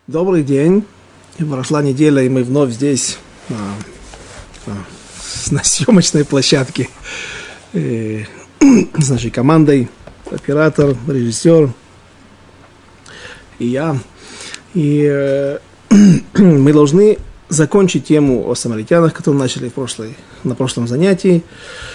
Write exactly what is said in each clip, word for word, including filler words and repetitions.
Добрый день. Прошла неделя, и мы вновь здесь, а, а, на съемочной площадке э, с нашей командой, оператор, режиссер и я. И э, мы должны закончить тему о самаритянах, которую начали в прошлой, на прошлом занятии.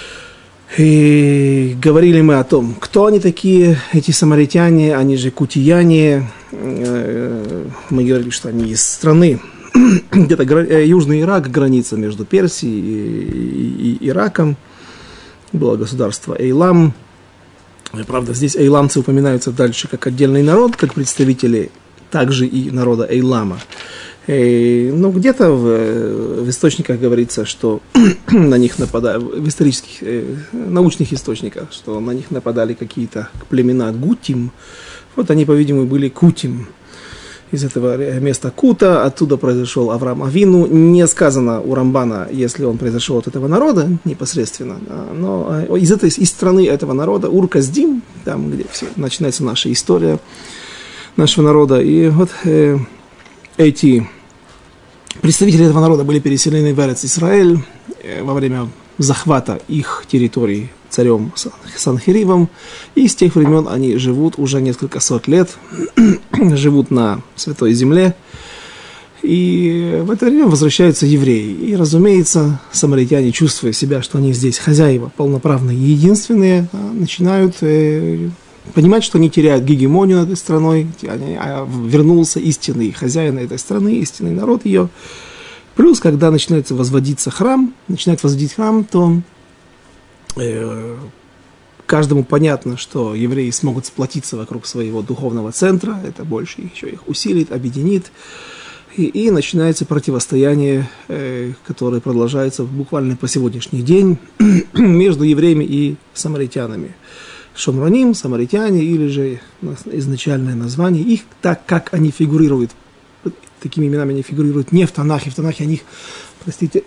И говорили мы о том, кто они такие, эти самаритяне, они же кутияне. Мы говорили, что они из страны, где-то Южный Ирак, граница между Персией и, и, и Ираком. Было государство Эйлам. Правда, здесь эйламцы упоминаются дальше как отдельный народ, как представители также и народа Эйлама. И, ну, где-то в, в источниках говорится, что на них нападали, в исторических, э, научных источниках, что на них нападали какие-то племена Гутим. Вот они, по-видимому, были Кутим. Из этого места Кута, оттуда произошел Авраам Авину. Не сказано у Рамбана, если он произошел от этого народа непосредственно, но из, этой, из страны этого народа, Ур-Каздим, там, где все, начинается наша история нашего народа. И вот э, эти представители этого народа были переселены в Эрец-Исраэль э, во время захвата их территорий царем Санхеривом, и с тех времен они живут уже несколько сот лет, живут на Святой Земле, и в это время возвращаются евреи. И, разумеется, самаритяне, чувствуя себя, что они здесь хозяева, полноправные и единственные, начинают э, понимать, что они теряют гегемонию над этой страной, а вернулся истинный хозяин этой страны, истинный народ ее. Плюс, когда начинается возводиться храм, начинает возводить храм, то э, каждому понятно, что евреи смогут сплотиться вокруг своего духовного центра, это больше еще их усилит, объединит, и, и начинается противостояние, э, которое продолжается буквально по сегодняшний день между евреями и самаритянами. Шомроним, самаритяне, или же изначальное название их, так как они фигурируют, такими именами они фигурируют не в Танахе, в Танахе о них, простите,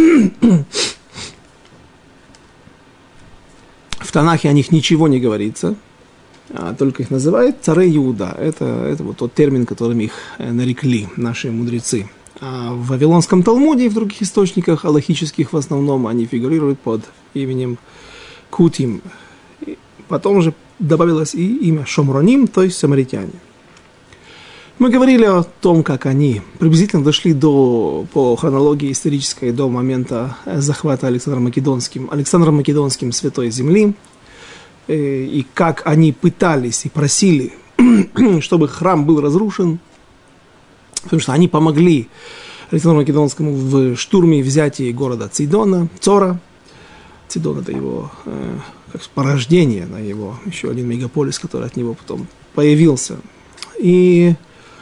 в Танахе о них ничего не говорится, а только их называют царей Иуда. Это, это вот тот термин, которым их нарекли наши мудрецы. А в Вавилонском Талмуде и в других источниках, алахических в основном, они фигурируют под именем Кутим. Потом же добавилось и имя Шомроним, то есть самаритяне. Мы говорили о том, как они приблизительно дошли до, по хронологии исторической до момента захвата Александром Македонским, Александром Македонским Святой Земли, и как они пытались и просили, чтобы храм был разрушен, потому что они помогли Александру Македонскому в штурме и взятии города Цидона, Цора. Цидон – это его как порождение, на его еще один мегаполис, который от него потом появился. И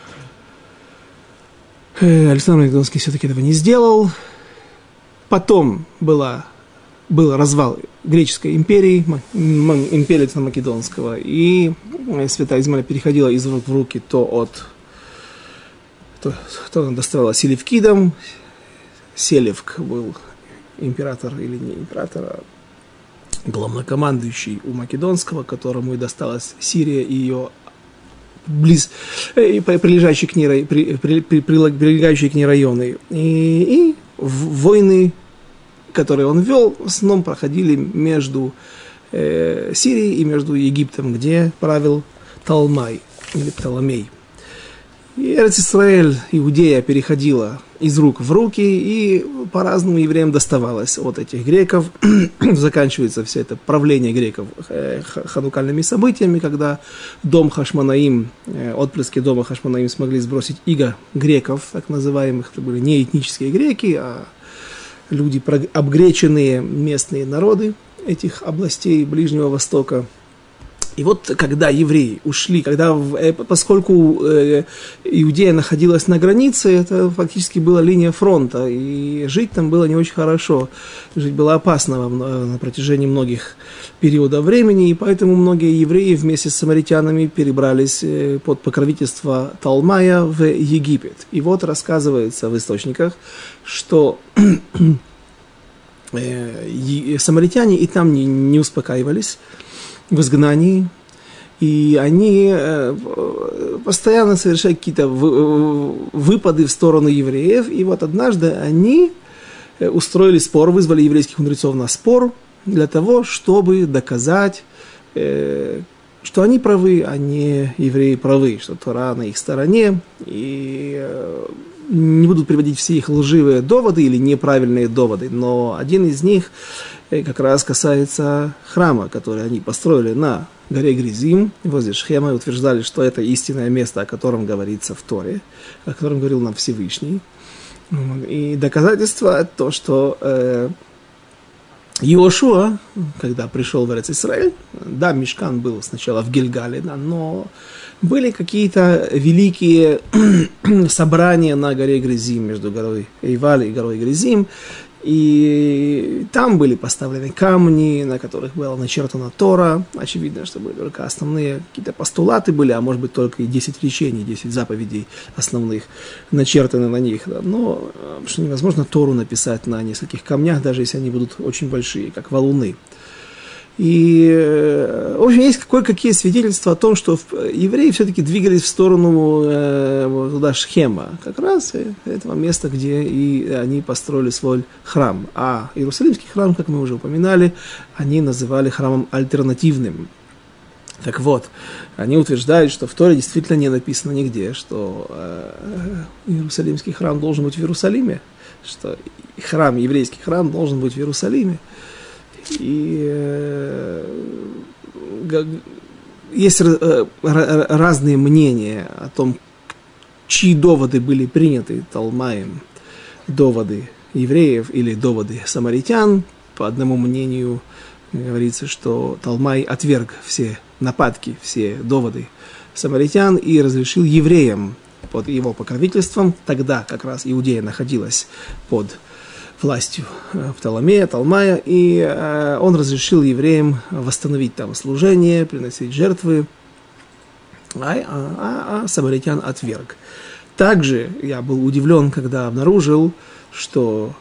Александр Македонский все-таки этого не сделал. Потом была, был развал греческой империи, империи Александра Македонского, и Святая Земля переходила из рук в руки то от то, то она доставала селевкидам. Селевк был император или не император, а главнокомандующий у Македонского, которому и досталась Сирия и ее близ, прилежащие к ней, при, при, при, прилегающие к ней районы. И, и войны, которые он вел, в основном проходили между э, Сирией и между Египтом, где правил Талмай или Птоломей. И Эрец-Исраэль, Иудея, переходила из рук в руки, и по-разному евреям доставалось от этих греков. Заканчивается все это правление греков ханукальными событиями, когда дом Хашмонаим, отпрыски дома Хашмонаим смогли сбросить иго греков, так называемых. Это были не этнические греки, а люди, обгреченные местные народы этих областей Ближнего Востока. И вот когда евреи ушли, когда, поскольку Иудея находилась на границе, это фактически была линия фронта, и жить там было не очень хорошо, жить было опасно на протяжении многих периодов времени, и поэтому многие евреи вместе с самаритянами перебрались под покровительство Талмая в Египет. И вот рассказывается в источниках, что самаритяне и там не, не успокаивались в изгнании, И они постоянно совершают какие-то выпады в сторону евреев. И вот однажды они устроили спор, вызвали еврейских мудрецов на спор для того, чтобы доказать, что они правы, а не евреи правы, что Тора на их стороне. И не будут приводить все их лживые доводы или неправильные доводы, но один из них как раз касается храма, который они построили на горе Гризим, возле Шхема, и утверждали, что это истинное место, о котором говорится в Торе, о котором говорил нам Всевышний. И доказательство то, что э, Иошуа, когда пришел в Эрец-Исраэль, да, Мишкан был сначала в Гильгале, да, но были какие-то великие собрания на горе Гризим, между горой Эйваль и горой Гризим, и там были поставлены камни, на которых была начертана Тора. Очевидно, что были только основные какие-то постулаты были, а может быть только и десять речений, десять заповедей основных начертаны на них. Да. Но что невозможно Тору написать на нескольких камнях, даже если они будут очень большие, как валуны. И, в общем, есть кое-какие свидетельства о том, что евреи все-таки двигались в сторону э, туда Шхема, как раз этого места, где и они построили свой храм. А Иерусалимский храм, как мы уже упоминали, они называли храмом альтернативным. Так вот, они утверждают, что в Торе действительно не написано нигде, что э, Иерусалимский храм должен быть в Иерусалиме, что храм, еврейский храм должен быть в Иерусалиме. И э, есть э, разные мнения о том, чьи доводы были приняты Талмаем, доводы евреев или доводы самаритян. По одному мнению говорится, что Талмай отверг все нападки, все доводы самаритян и разрешил евреям под его покровительством, тогда как раз Иудея находилась под властью Птоломея, Талмая, и э, он разрешил евреям восстановить там служение, приносить жертвы, а, а, а самаритян отверг. Также я был удивлен, когда обнаружил, что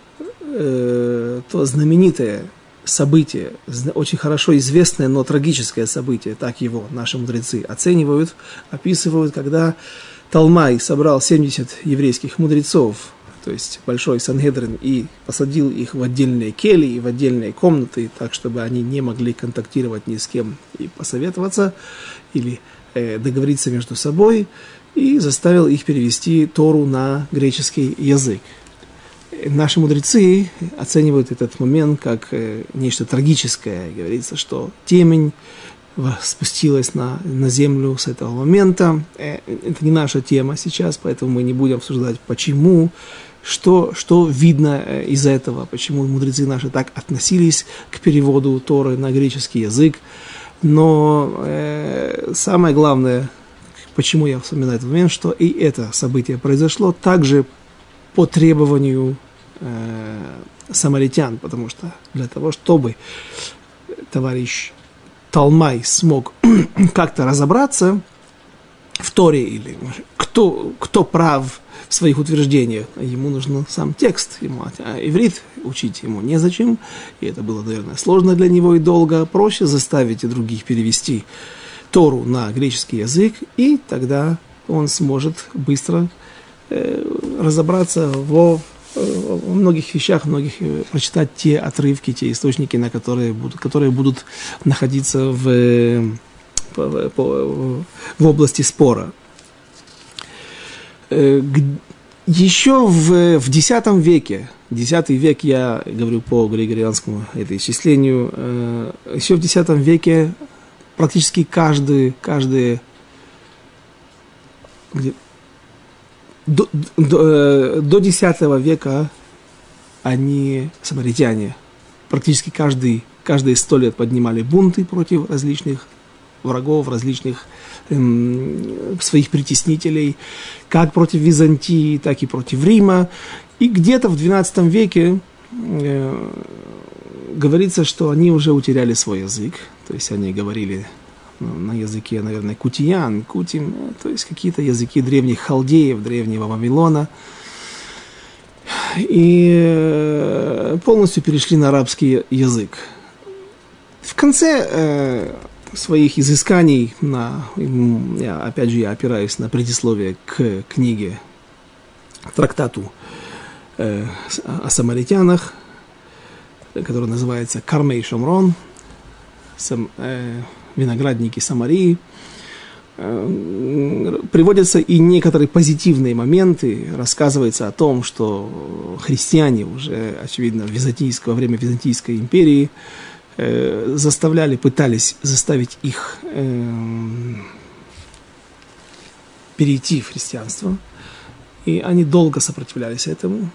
э, то знаменитое событие, очень хорошо известное, но трагическое событие, так его наши мудрецы оценивают, описывают, когда Талмай собрал семьдесят еврейских мудрецов, то есть большой Сангедрин, и посадил их в отдельные кельи, в отдельные комнаты, так, чтобы они не могли контактировать ни с кем и посоветоваться, или э, договориться между собой, и заставил их перевести Тору на греческий язык. Наши мудрецы оценивают этот момент как э, нечто трагическое. Говорится, что темень спустилась на, на землю с этого момента. Э, это не наша тема сейчас, поэтому мы не будем обсуждать, почему, что, что видно из этого, почему мудрецы наши так относились к переводу Торы на греческий язык. Но э, самое главное, почему я вспоминаю этот момент, что и это событие произошло также по требованию э, самаритян, потому что для того, чтобы товарищ Талмай смог как-то разобраться в Торе, или кто, кто прав в своих утверждениях, ему нужен сам текст, ему, а иврит учить ему незачем, и это было, наверное, сложно для него и долго. Проще заставить и других перевести Тору на греческий язык, и тогда он сможет быстро э, разобраться во, во многих вещах, многих, прочитать те отрывки, те источники, на которые будут, которые будут находиться в, в, в, в области спора. Еще в, в десятом веке, десятый век, я говорю по григорианскому это исчислению, э, еще в десятом веке практически каждый, каждый где, до, до, до десятого века они, самаритяне, практически каждый, каждые сто лет поднимали бунты против различных врагов, различных эм, своих притеснителей, как против Византии, так и против Рима. И где-то в двенадцатом веке э, говорится, что они уже утеряли свой язык, то есть они говорили ну, на языке, наверное, кутиян, кутим, то есть какие-то языки древних халдеев, древнего Вавилона, и э, полностью перешли на арабский язык. В конце э, своих изысканий, на, я, опять же, я опираюсь на предисловие к книге, трактату э, о самаритянах, который называется «Кармей Шомрон», сам, э, «Виноградники Самарии». Э, приводятся и некоторые позитивные моменты, рассказывается о том, что христиане уже, очевидно, в византийское, во время Византийской империи заставляли, пытались заставить их э, перейти в христианство, и они долго сопротивлялись этому,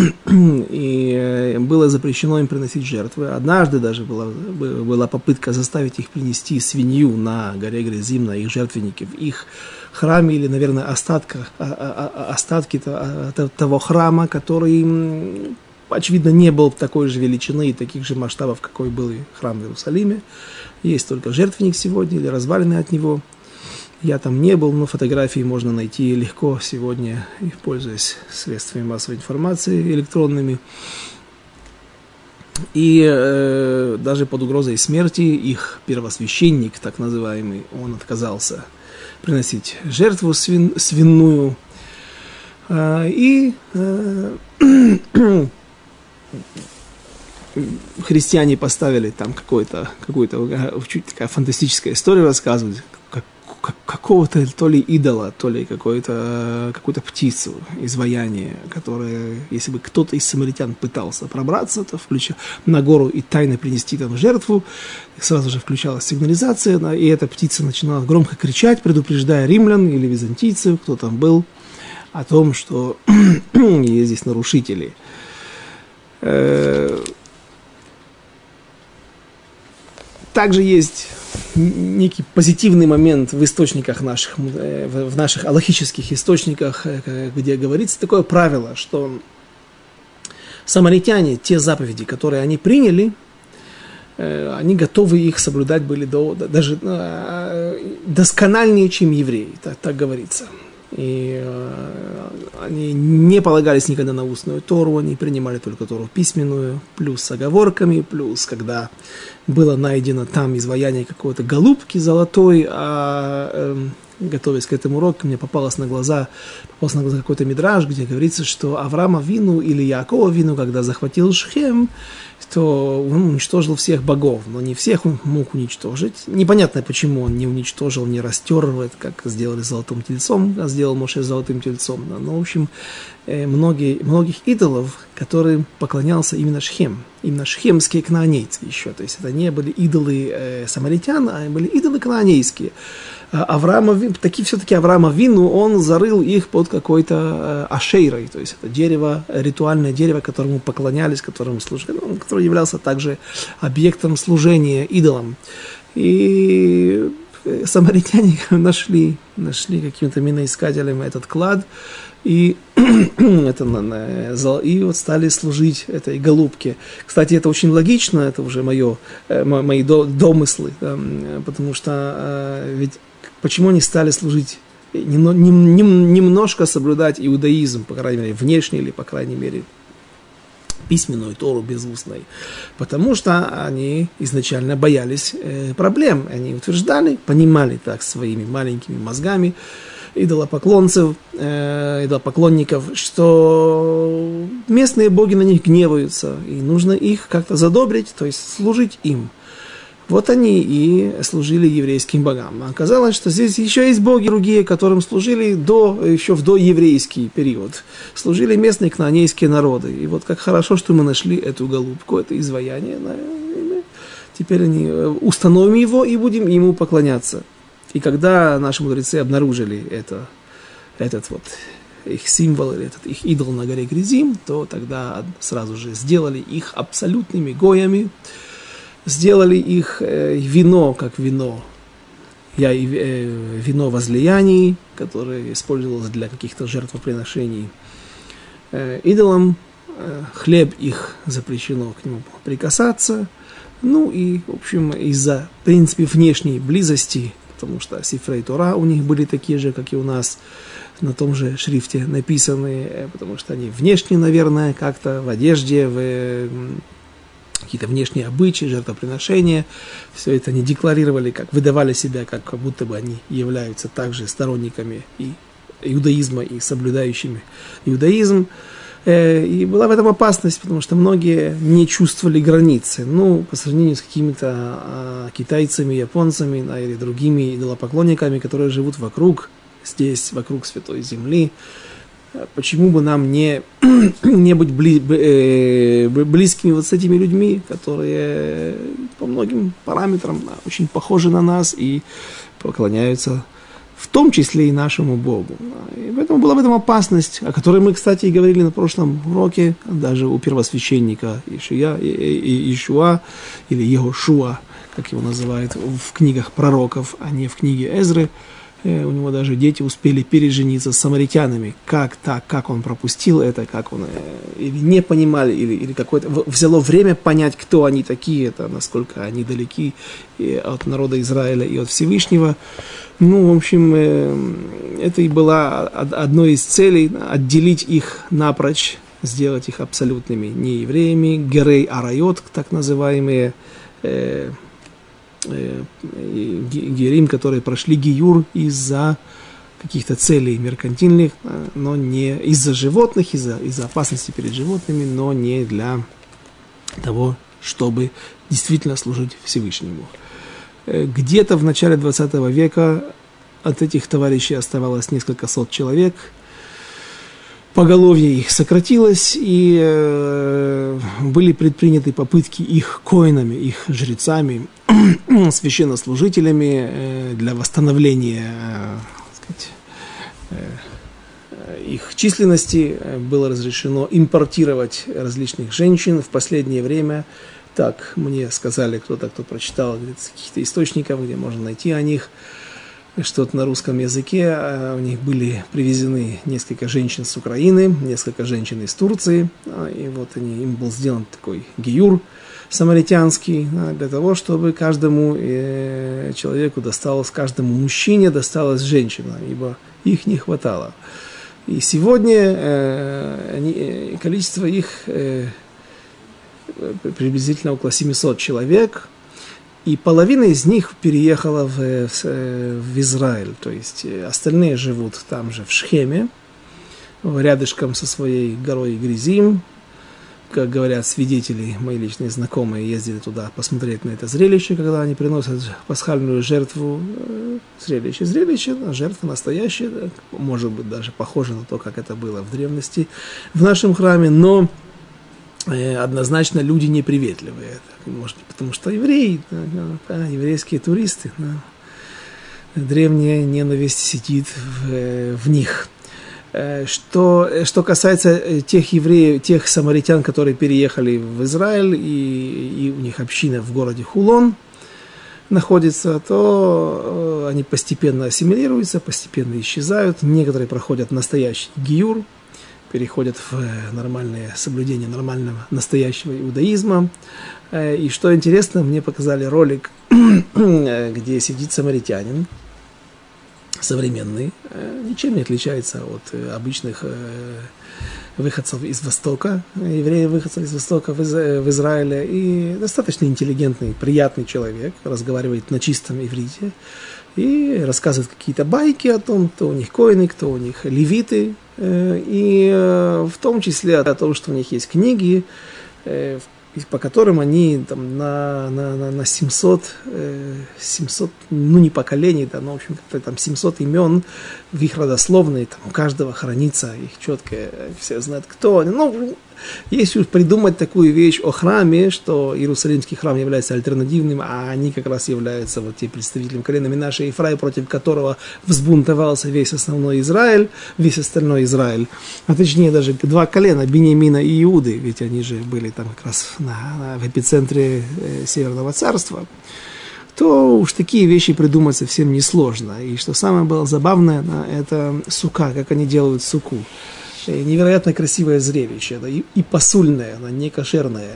и было запрещено им приносить жертвы. Однажды даже была, была попытка заставить их принести свинью на горе Гризим, на их жертвеннике, в их храме, или, наверное, остатках, остатки того храма, который, очевидно, не был такой же величины и таких же масштабов, какой был и храм в Иерусалиме. Есть только жертвенник сегодня или развалины от него. Я там не был, но фотографии можно найти легко сегодня, пользуясь средствами массовой информации электронными. И э, даже под угрозой смерти их первосвященник, так называемый, он отказался приносить жертву свин, свиную. Э, и э, христиане поставили там какой-то, какую-то чуть такая фантастическая история рассказывать, как, как, какого-то то ли идола, то ли какую-то, какую-то птицу, изваяние, которое, если бы кто-то из самаритян пытался пробраться, то включая на гору и тайно принести там жертву, сразу же включалась сигнализация, и эта птица начинала громко кричать, предупреждая римлян или византийцев, кто там был, о том, что есть здесь нарушители. Также есть некий позитивный момент в источниках наших, в наших алахических источниках, где говорится такое правило, что самаритяне, те заповеди, которые они приняли, они готовы их соблюдать были до, даже доскональнее, чем евреи, так, так говорится. И э, они не полагались никогда на устную Тору, они принимали только Тору письменную, плюс с оговорками, плюс когда было найдено там изваяние какой-то голубки золотой, а э, готовясь к этому уроку, мне попалось на глаза, попался на глаза какой-то мидраш, где говорится, что Авраам Авину или Яаков Авину, когда захватил Шхем, то он уничтожил всех богов, но не всех он мог уничтожить. Непонятно, почему он не уничтожил, не растер, как сделали с золотым тельцом, а сделал Моше с золотым тельцом. Да. Но, в общем, многие, многих идолов, которым поклонялся именно Шхем, именно шхемские кнаанейцы еще. То есть это не были идолы э, самаритян, а были идолы кнаанейские. Авраам, таки все-таки Авраам Авину, он зарыл их под какой-то э, ашейрой, то есть это дерево, ритуальное дерево, которому поклонялись, которому служили, ну, который являлся также объектом служения идолам. И самаритяне нашли, нашли каким-то миноискателем этот клад, и, это, и вот стали служить этой голубке. Кстати, это очень логично, это уже мое, мои домыслы, потому что ведь почему они стали служить, немножко соблюдать иудаизм, по крайней мере, внешне или, по крайней мере, письменную Тору безустной? Потому что они изначально боялись проблем. Они утверждали, понимали так своими маленькими мозгами идолопоклонцев, идолопоклонников, что местные боги на них гневаются, и нужно их как-то задобрить, то есть служить им. Вот они и служили еврейским богам. Оказалось, что здесь еще есть боги другие, которым служили до, еще в доеврейский период. Служили местные кнаанейские народы. И вот как хорошо, что мы нашли эту голубку, это изваяние. Теперь они установим его и будем ему поклоняться. И когда наши мудрецы обнаружили это, этот вот их символ, или этот их идол на горе Гризим, то тогда сразу же сделали их абсолютными гоями, сделали их э, вино, как вино, я, э, вино возлияний, которое использовалось для каких-то жертвоприношений э, идолам, э, хлеб их запрещено к нему прикасаться, ну и, в общем, из-за, в принципе, внешней близости, потому что сифрей Тора у них были такие же, как и у нас, на том же шрифте написаны, потому что они внешне, наверное, как-то в одежде, в какие-то внешние обычаи, жертвоприношения. Все это они декларировали, как выдавали себя, как, как будто бы они являются также сторонниками и иудаизма, и соблюдающими иудаизм. И была в этом опасность, потому что многие не чувствовали границы. Ну, по сравнению с какими-то а, китайцами, японцами, да, или другими идолопоклонниками, которые живут вокруг, здесь, вокруг Святой Земли, почему бы нам не, не быть бли, э, близкими вот с этими людьми, которые по многим параметрам да, очень похожи на нас и поклоняются в том числе и нашему Богу. И поэтому была в этом опасность, о которой мы, кстати, и говорили на прошлом уроке, даже у первосвященника Ишия, Ишуа, или Егошуа, как его называют в книгах пророков, а не в книге Эзры. У него даже дети успели пережениться с самаритянами. Как так, как он пропустил это, как он или не понимали, или, или какое-то... Взяло время понять, кто они такие, это насколько они далеки от народа Израиля и от Всевышнего. Ну, в общем, это и была одной из целей, отделить их напрочь, сделать их абсолютными неевреями, герей арайот, так называемые, э, э, герим, которые прошли гиюр из-за каких-то целей меркантильных, но не из-за животных, из-за, из-за опасности перед животными, но не для того, чтобы действительно служить Всевышнему. Где-то в начале двадцатого века от этих товарищей оставалось несколько сот человек. Поголовье их сократилось, и э, были предприняты попытки их коинами, их жрецами, священнослужителями э, для восстановления э, сказать, э, их численности. Было разрешено импортировать различных женщин в последнее время. Так мне сказали кто-то, кто прочитал с каких-то источников, где можно найти о них что-то на русском языке. У них были привезены несколько женщин с Украины, несколько женщин из Турции. И вот они, им был сделан такой гиюр самаритянский, для того, чтобы каждому человеку досталось, каждому мужчине досталась женщина, ибо их не хватало. И сегодня количество их приблизительно около семисот человек, и половина из них переехала в, в, в Израиль, то есть остальные живут там же, в Шхеме, рядышком со своей горой Гризим. Как говорят свидетели, мои личные знакомые ездили туда посмотреть на это зрелище, когда они приносят пасхальную жертву. Зрелище, зрелище, жертва настоящая, может быть даже похоже на то, как это было в древности в нашем храме, но однозначно люди неприветливые, может быть, потому что евреи, да, еврейские туристы, да, древняя ненависть сидит в, в них. Что, что касается тех евреев, тех самаритян, которые переехали в Израиль, и, и у них община в городе Хулон находится, то они постепенно ассимилируются, постепенно исчезают. Некоторые проходят настоящий гиюр, переходят в нормальное соблюдение нормального настоящего иудаизма. И что интересно, мне показали ролик, где сидит самаритянин, современный, ничем не отличается от обычных выходцев из Востока, евреев, выходцев из Востока в, Из... в Израиле, и достаточно интеллигентный, приятный человек, разговаривает на чистом иврите и рассказывает какие-то байки о том, кто у них коины, кто у них левиты, и в том числе о том, что у них есть книги, по которым они там, на, на, на семьсот, семьсот, ну не поколений, да, но в общем как-то там семьсот имен в их родословной, там у каждого хранится их четкое, все знают, кто они. Ну, если уж придумать такую вещь о храме, что Иерусалимский храм является альтернативным, а они как раз являются вот те представителями колена Менаше и Ефраим, против которого взбунтовался весь основной Израиль, весь остальной Израиль, а точнее даже два колена, Биньямина и Иуды, ведь они же были там как раз на, на, в эпицентре э, Северного царства, то уж такие вещи придумать совсем несложно. И что самое было забавное, это сука, как они делают суку. Невероятно красивое зрелище, да, и, и посульное, она не кошерная.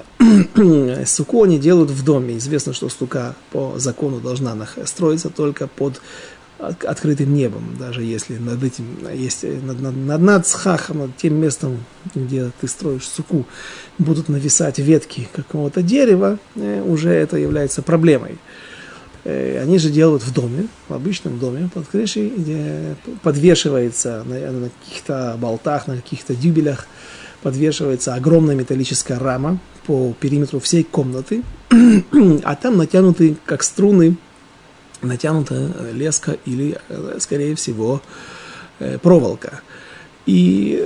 Суку они делают в доме. Известно, что сука по закону должна строиться только под открытым небом, даже если над этим, если над, над, над, над схахом, над тем местом, где ты строишь суку, будут нависать ветки какого-то дерева, уже это является проблемой. Они же делают в доме, в обычном доме, под крышей, где подвешивается на, на каких-то болтах, на каких-то дюбелях, подвешивается огромная металлическая рама по периметру всей комнаты, а там натянуты, как струны, натянута леска или, скорее всего, проволока. И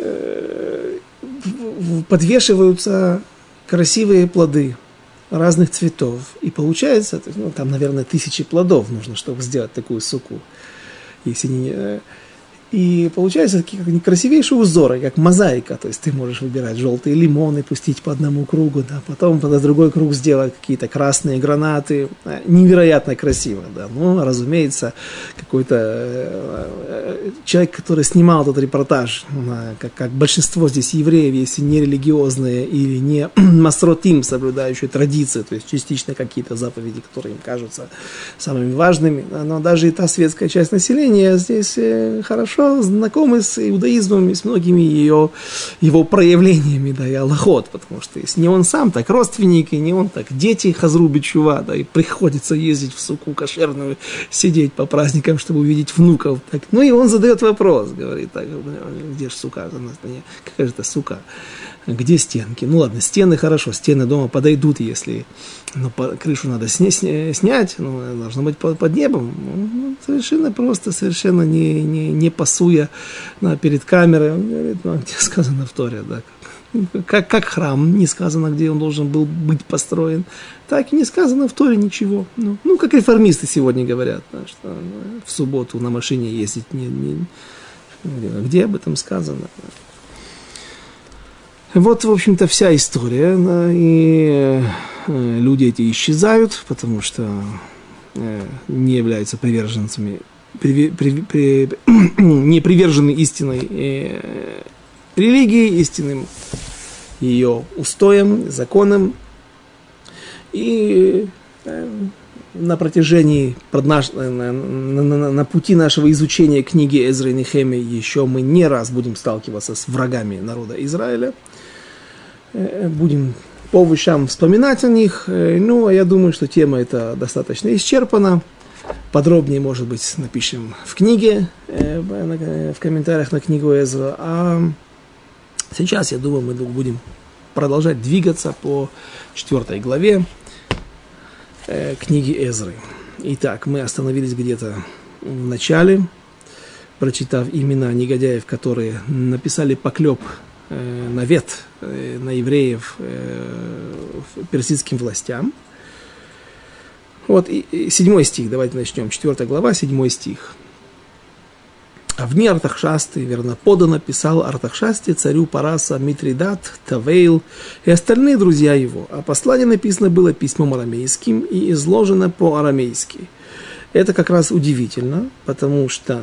подвешиваются красивые плоды разных цветов. И получается, ну, там, наверное, тысячи плодов нужно, чтобы сделать такую суку. Если не... И получается такие красивейшие узоры, как мозаика. То есть ты можешь выбирать желтые лимоны, пустить по одному кругу, да, потом под другой круг сделать какие-то красные гранаты. Невероятно красиво, да. Ну, разумеется, какой-то человек, который снимал этот репортаж, как, как большинство здесь евреев, если не религиозные или не масротим, соблюдающие традиции, то есть частично какие-то заповеди, которые им кажутся самыми важными. Но даже и та светская часть населения здесь хорошо знакомы с иудаизмом и с многими ее, его проявлениями, да, и аллахот, потому что если не он сам, так родственники, не он, так дети хазруби чува, да, и приходится ездить в суку кошерную, сидеть по праздникам, чтобы увидеть внуков. Так. Ну и он задает вопрос, говорит, так, где же сука? Какая же это сука? Где стенки? Ну ладно, стены хорошо, стены дома подойдут, если ну, по, крышу надо сня, сня, снять, ну, должно быть под, под небом. Ну, совершенно просто, совершенно не, не, не пасуя ну, перед камерой. Он говорит, ну, где сказано в Торе, да, как, как, как храм, не сказано, где он должен был быть построен, так и не сказано в Торе ничего. Ну, ну как реформисты сегодня говорят, да, что ну, в субботу на машине ездить, не, не, где об этом сказано? Вот, в общем-то, вся история, да, и э, люди эти исчезают, потому что э, не являются приверженцами, при, при, при, не привержены истинной э, религии, истинным ее устоям, законам. И э, на протяжении, наш, на, на, на, на пути нашего изучения книги Эзры и Нехемии еще мы не раз будем сталкиваться с врагами народа Израиля. Будем по вещам вспоминать о них. Ну, а я думаю, что тема эта достаточно исчерпана. Подробнее, может быть, напишем в книге, в комментариях на книгу Эзра. А сейчас, я думаю, мы будем продолжать двигаться по четвертой главе книги Эзры. Итак, мы остановились где-то в начале, прочитав имена негодяев, которые написали поклеп навет на евреев персидским властям. Вот, и, и седьмой стих, давайте начнем. Четвертая глава, седьмой стих. А в дни Артахшасты верноподданно писал Артахшасте царю Параса Митридат, Тавейл и остальные друзья его. А послание написано было письмом арамейским и изложено по-арамейски. Это как раз удивительно, потому что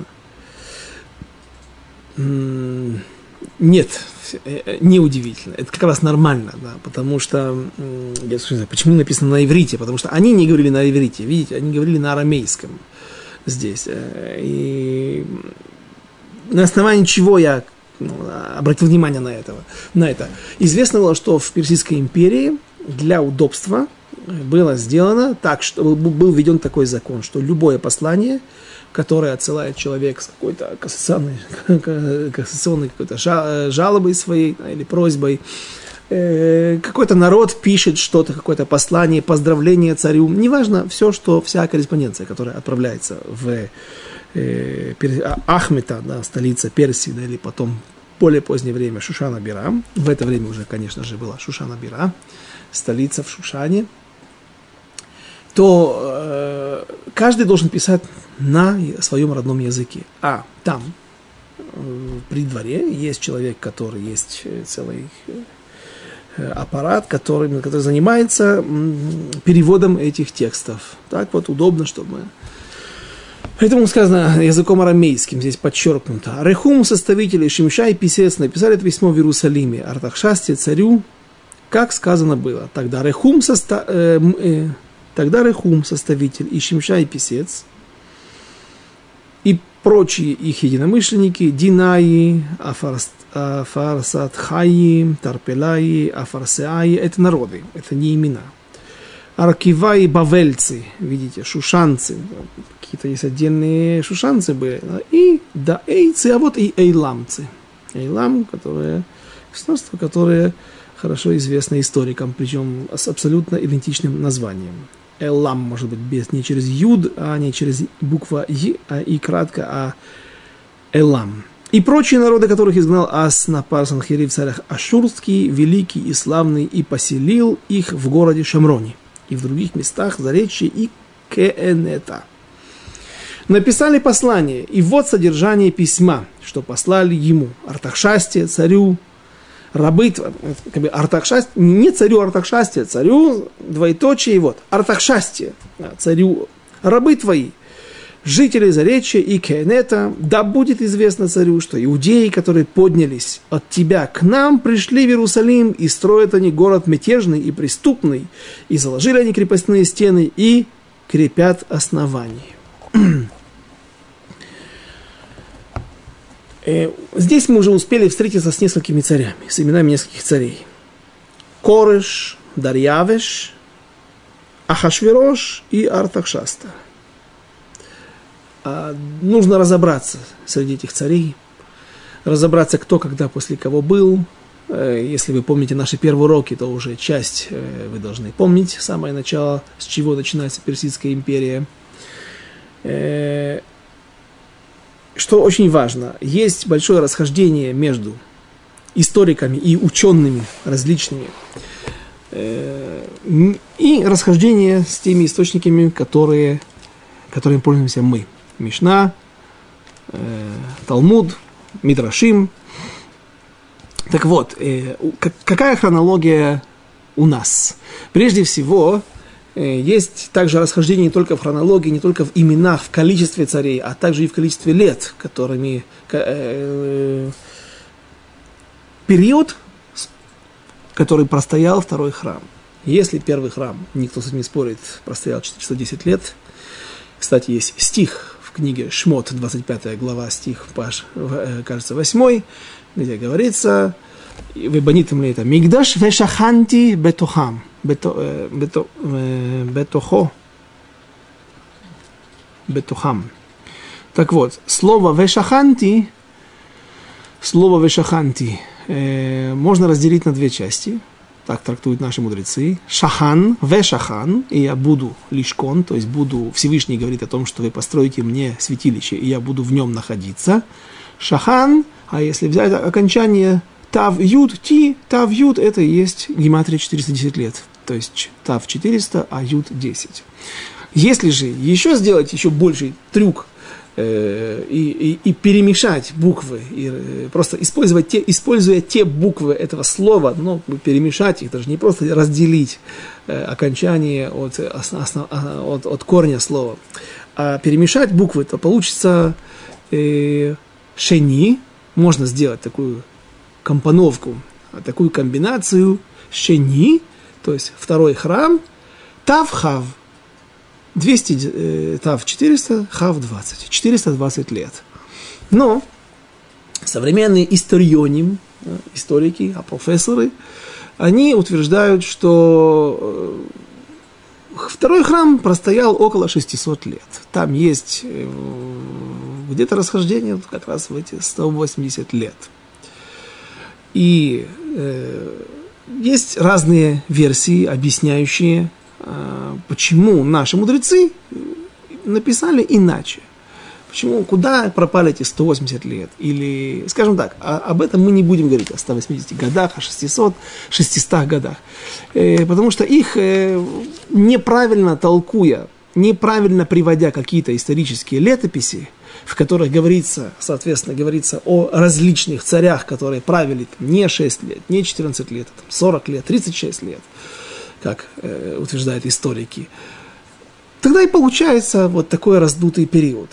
м- нет, не удивительно, это как раз нормально, да, потому что, я скажу, почему написано на иврите, потому что они не говорили на иврите, видите, они говорили на арамейском здесь, и на основании чего я обратил внимание на, этого, на это. Известно было, что в Персидской империи для удобства было сделано так, что был введен такой закон, что любое послание, которое отсылает человек с какой-то кассационной, кассационной какой-то жалобой своей или просьбой, какой-то народ пишет что-то, какое-то послание, поздравление царю, неважно, все, что, вся корреспонденция, которая отправляется в Ахмета, да, столица Персии, да, или потом в более позднее время Шушан-Абира, в это время уже, конечно же, была Шушан-Абира, столица в Шушане, то э, каждый должен писать на своем родном языке. А там, э, при дворе, есть человек, который есть целый э, аппарат, который, который занимается э, переводом этих текстов. Так вот удобно, чтобы... Поэтому сказано языком арамейским, здесь подчеркнуто. Рехум, составители, Шимшай, писец, написали это письмо в Иерусалиме, Артахшасте, царю, как сказано было. Тогда Рехум, соста... э, э, Тогда Рехум, составитель, и Шимшай, писец, прочие их единомышленники, Динаи, Афарс, Афарсатхаи, Тарпелаи, Афарсеаи, это народы, это не имена. Аркиваи, бавельцы, видите, шушанцы, какие-то есть отдельные шушанцы были, и даэйцы, а вот и эйламцы. Эйлам, которое, государство, которое хорошо известно историкам, причем с абсолютно идентичным названием. Элам, может быть, без, не через юд, а не через буква Й, а и кратко, а Элам. И прочие народы, которых изгнал Ас на Парсанхири в царях Ашурский, великий и славный, и поселил их в городе Шамроне и в других местах Заречья и Кеэнета. Написали послание, и вот содержание письма, что послали ему, Артахшасте, царю, рабы, как бы Артахшасте, не царю Артахшасте, царю, двоеточие, вот, Артахшасте, царю, рабы твои, жители Заречья и Кеэнета, да будет известно царю, что иудеи, которые поднялись от тебя к нам, пришли в Иерусалим, и строят они город мятежный и преступный, и заложили они крепостные стены, и крепят основания. Здесь мы уже успели встретиться с несколькими царями, с именами нескольких царей. Кореш, Дарьявеш, Ахашверош и Артахшаста. Нужно разобраться среди этих царей, разобраться, кто когда после кого был. Если вы помните наши первые уроки, то уже часть вы должны помнить, самое начало, с чего начинается Персидская империя. Что очень важно, есть большое расхождение между историками и учеными различными, и расхождение с теми источниками, которые, которыми пользуемся мы. Мишна, Талмуд, Мидрашим. Так вот, какая хронология у нас? Прежде всего, есть также расхождение не только в хронологии, не только в именах, в количестве царей, а также и в количестве лет, которыми э, период, который простоял второй храм. Если первый храм, никто с этим не спорит, простоял четыреста десять лет, кстати, есть стих в книге Шмот, двадцать пятая глава, стих, кажется, восьмой, где говорится: «Вы банитым ли это? Мигдаш вешаханти бетохам». Бетохо. Бетохам. Так вот, слово вешаханти, слово вешаханти э, можно разделить на две части. Так трактуют наши мудрецы. Шахан, вешахан, и я буду лишкон, то есть буду, Всевышний говорит о том, что вы построите мне святилище, и я буду в нем находиться. Шахан, а если взять окончание тав юд, ти, тав юд, это и есть гематрия четыреста десять лет. То есть тав четыреста, а юд десять. Если же еще сделать еще больший трюк э, и, и, и перемешать буквы, и э, просто использовать те, используя те буквы этого слова, ну, перемешать их, даже не просто разделить э, окончание от, основ, от, от корня слова, а перемешать буквы, то получится э, шени, можно сделать такую компоновку, такую комбинацию шени, то есть второй храм, тав-хав, двести, э, тав четыреста, хав двадцать, четыреста двадцать лет. Но современные историоним, историки, а профессоры, они утверждают, что второй храм простоял около шестисот лет. Там есть э, где-то расхождение как раз в эти сто восемьдесят лет. И э, есть разные версии, объясняющие, почему наши мудрецы написали иначе. Почему, куда пропали эти сто восемьдесят лет? Или, скажем так, об этом мы не будем говорить, о ста восьмидесяти годах, о шестистах, шестистах годах. Потому что их, неправильно толкуя, неправильно приводя какие-то исторические летописи, в которых говорится, соответственно, говорится о различных царях, которые правили там, не шесть лет, не четырнадцать лет, а там, сорок лет, тридцать шесть лет, как э, утверждают историки, тогда и получается вот такой раздутый период.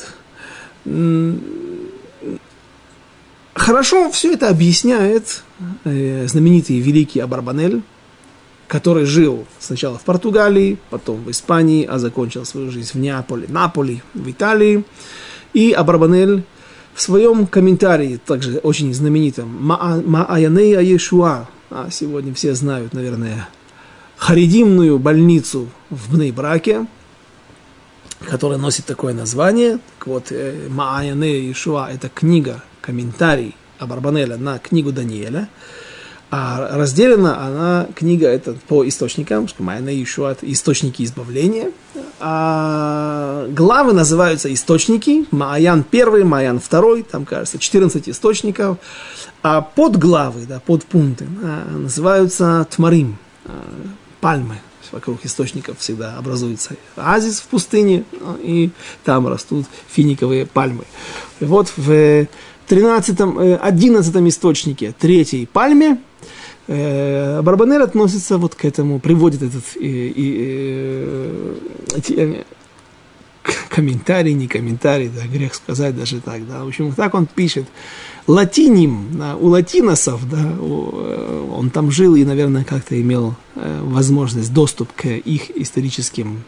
Хорошо все это объясняет э, знаменитый великий Абарбанель, который жил сначала в Португалии, потом в Испании, а закончил свою жизнь в Неаполе, Наполи, в Италии. И Абарбанель в своем комментарии, также очень знаменитом, Ма'аяней Аешуа, а сегодня все знают, наверное, харидимную больницу в Бней-Браке, которая носит такое название. Так вот, Ма'аяней Аешуа – это книга, комментарий Абарбанеля на книгу Даниэля. А разделена она, книга эта по источникам, Ма'аяней Аешуа – это источники избавления. А главы называются источники, Ма'аян первый, Ма'аян второй, там, кажется, четырнадцать источников. А подглавы, да, подпункты да, называются Тмарим, пальмы. Вокруг источников всегда образуется оазис в пустыне, и там растут финиковые пальмы. И вот в тринадцатом, одиннадцатом источнике, третьей пальме, Абарбанель относится вот к этому, приводит этот и, и, эти, комментарий, не комментарий, да, грех сказать даже так, да, в общем, так он пишет. Латиним, да, у латиносов, да, у, он там жил и, наверное, как-то имел э, возможность, доступ к их историческим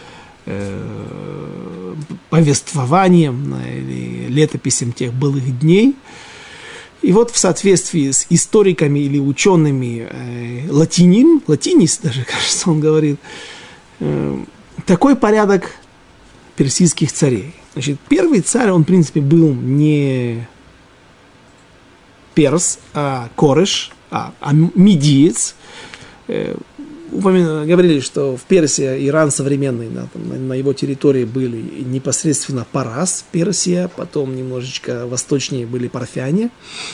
э, повествованиям да, или летописям тех былых дней. И вот в соответствии с историками или учеными э, латиним, латинис даже, кажется, он говорит, э, такой порядок персидских царей. Значит, первый царь, он, в принципе, был не перс, а кореш, а, а медиец. Э, упомя... Говорили, что в Персии, Иран современный, да, там, на, на его территории были непосредственно Парас, Персия, потом немножечко восточнее были парфяне,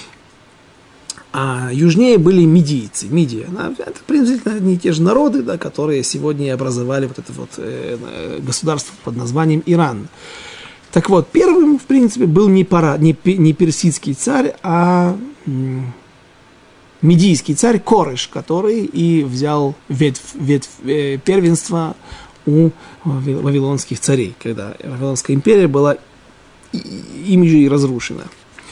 а южнее были медийцы, Мидия. Да, это приблизительно одни и те же народы, да, которые сегодня образовали вот это вот э, государство под названием Иран. Так вот, первым, в принципе, был не, пара, не, не персидский царь, а м, медийский царь Кореш, который и взял ветвь, ветвь э, первенства у вавилонских царей, когда Вавилонская империя была ими же и разрушена.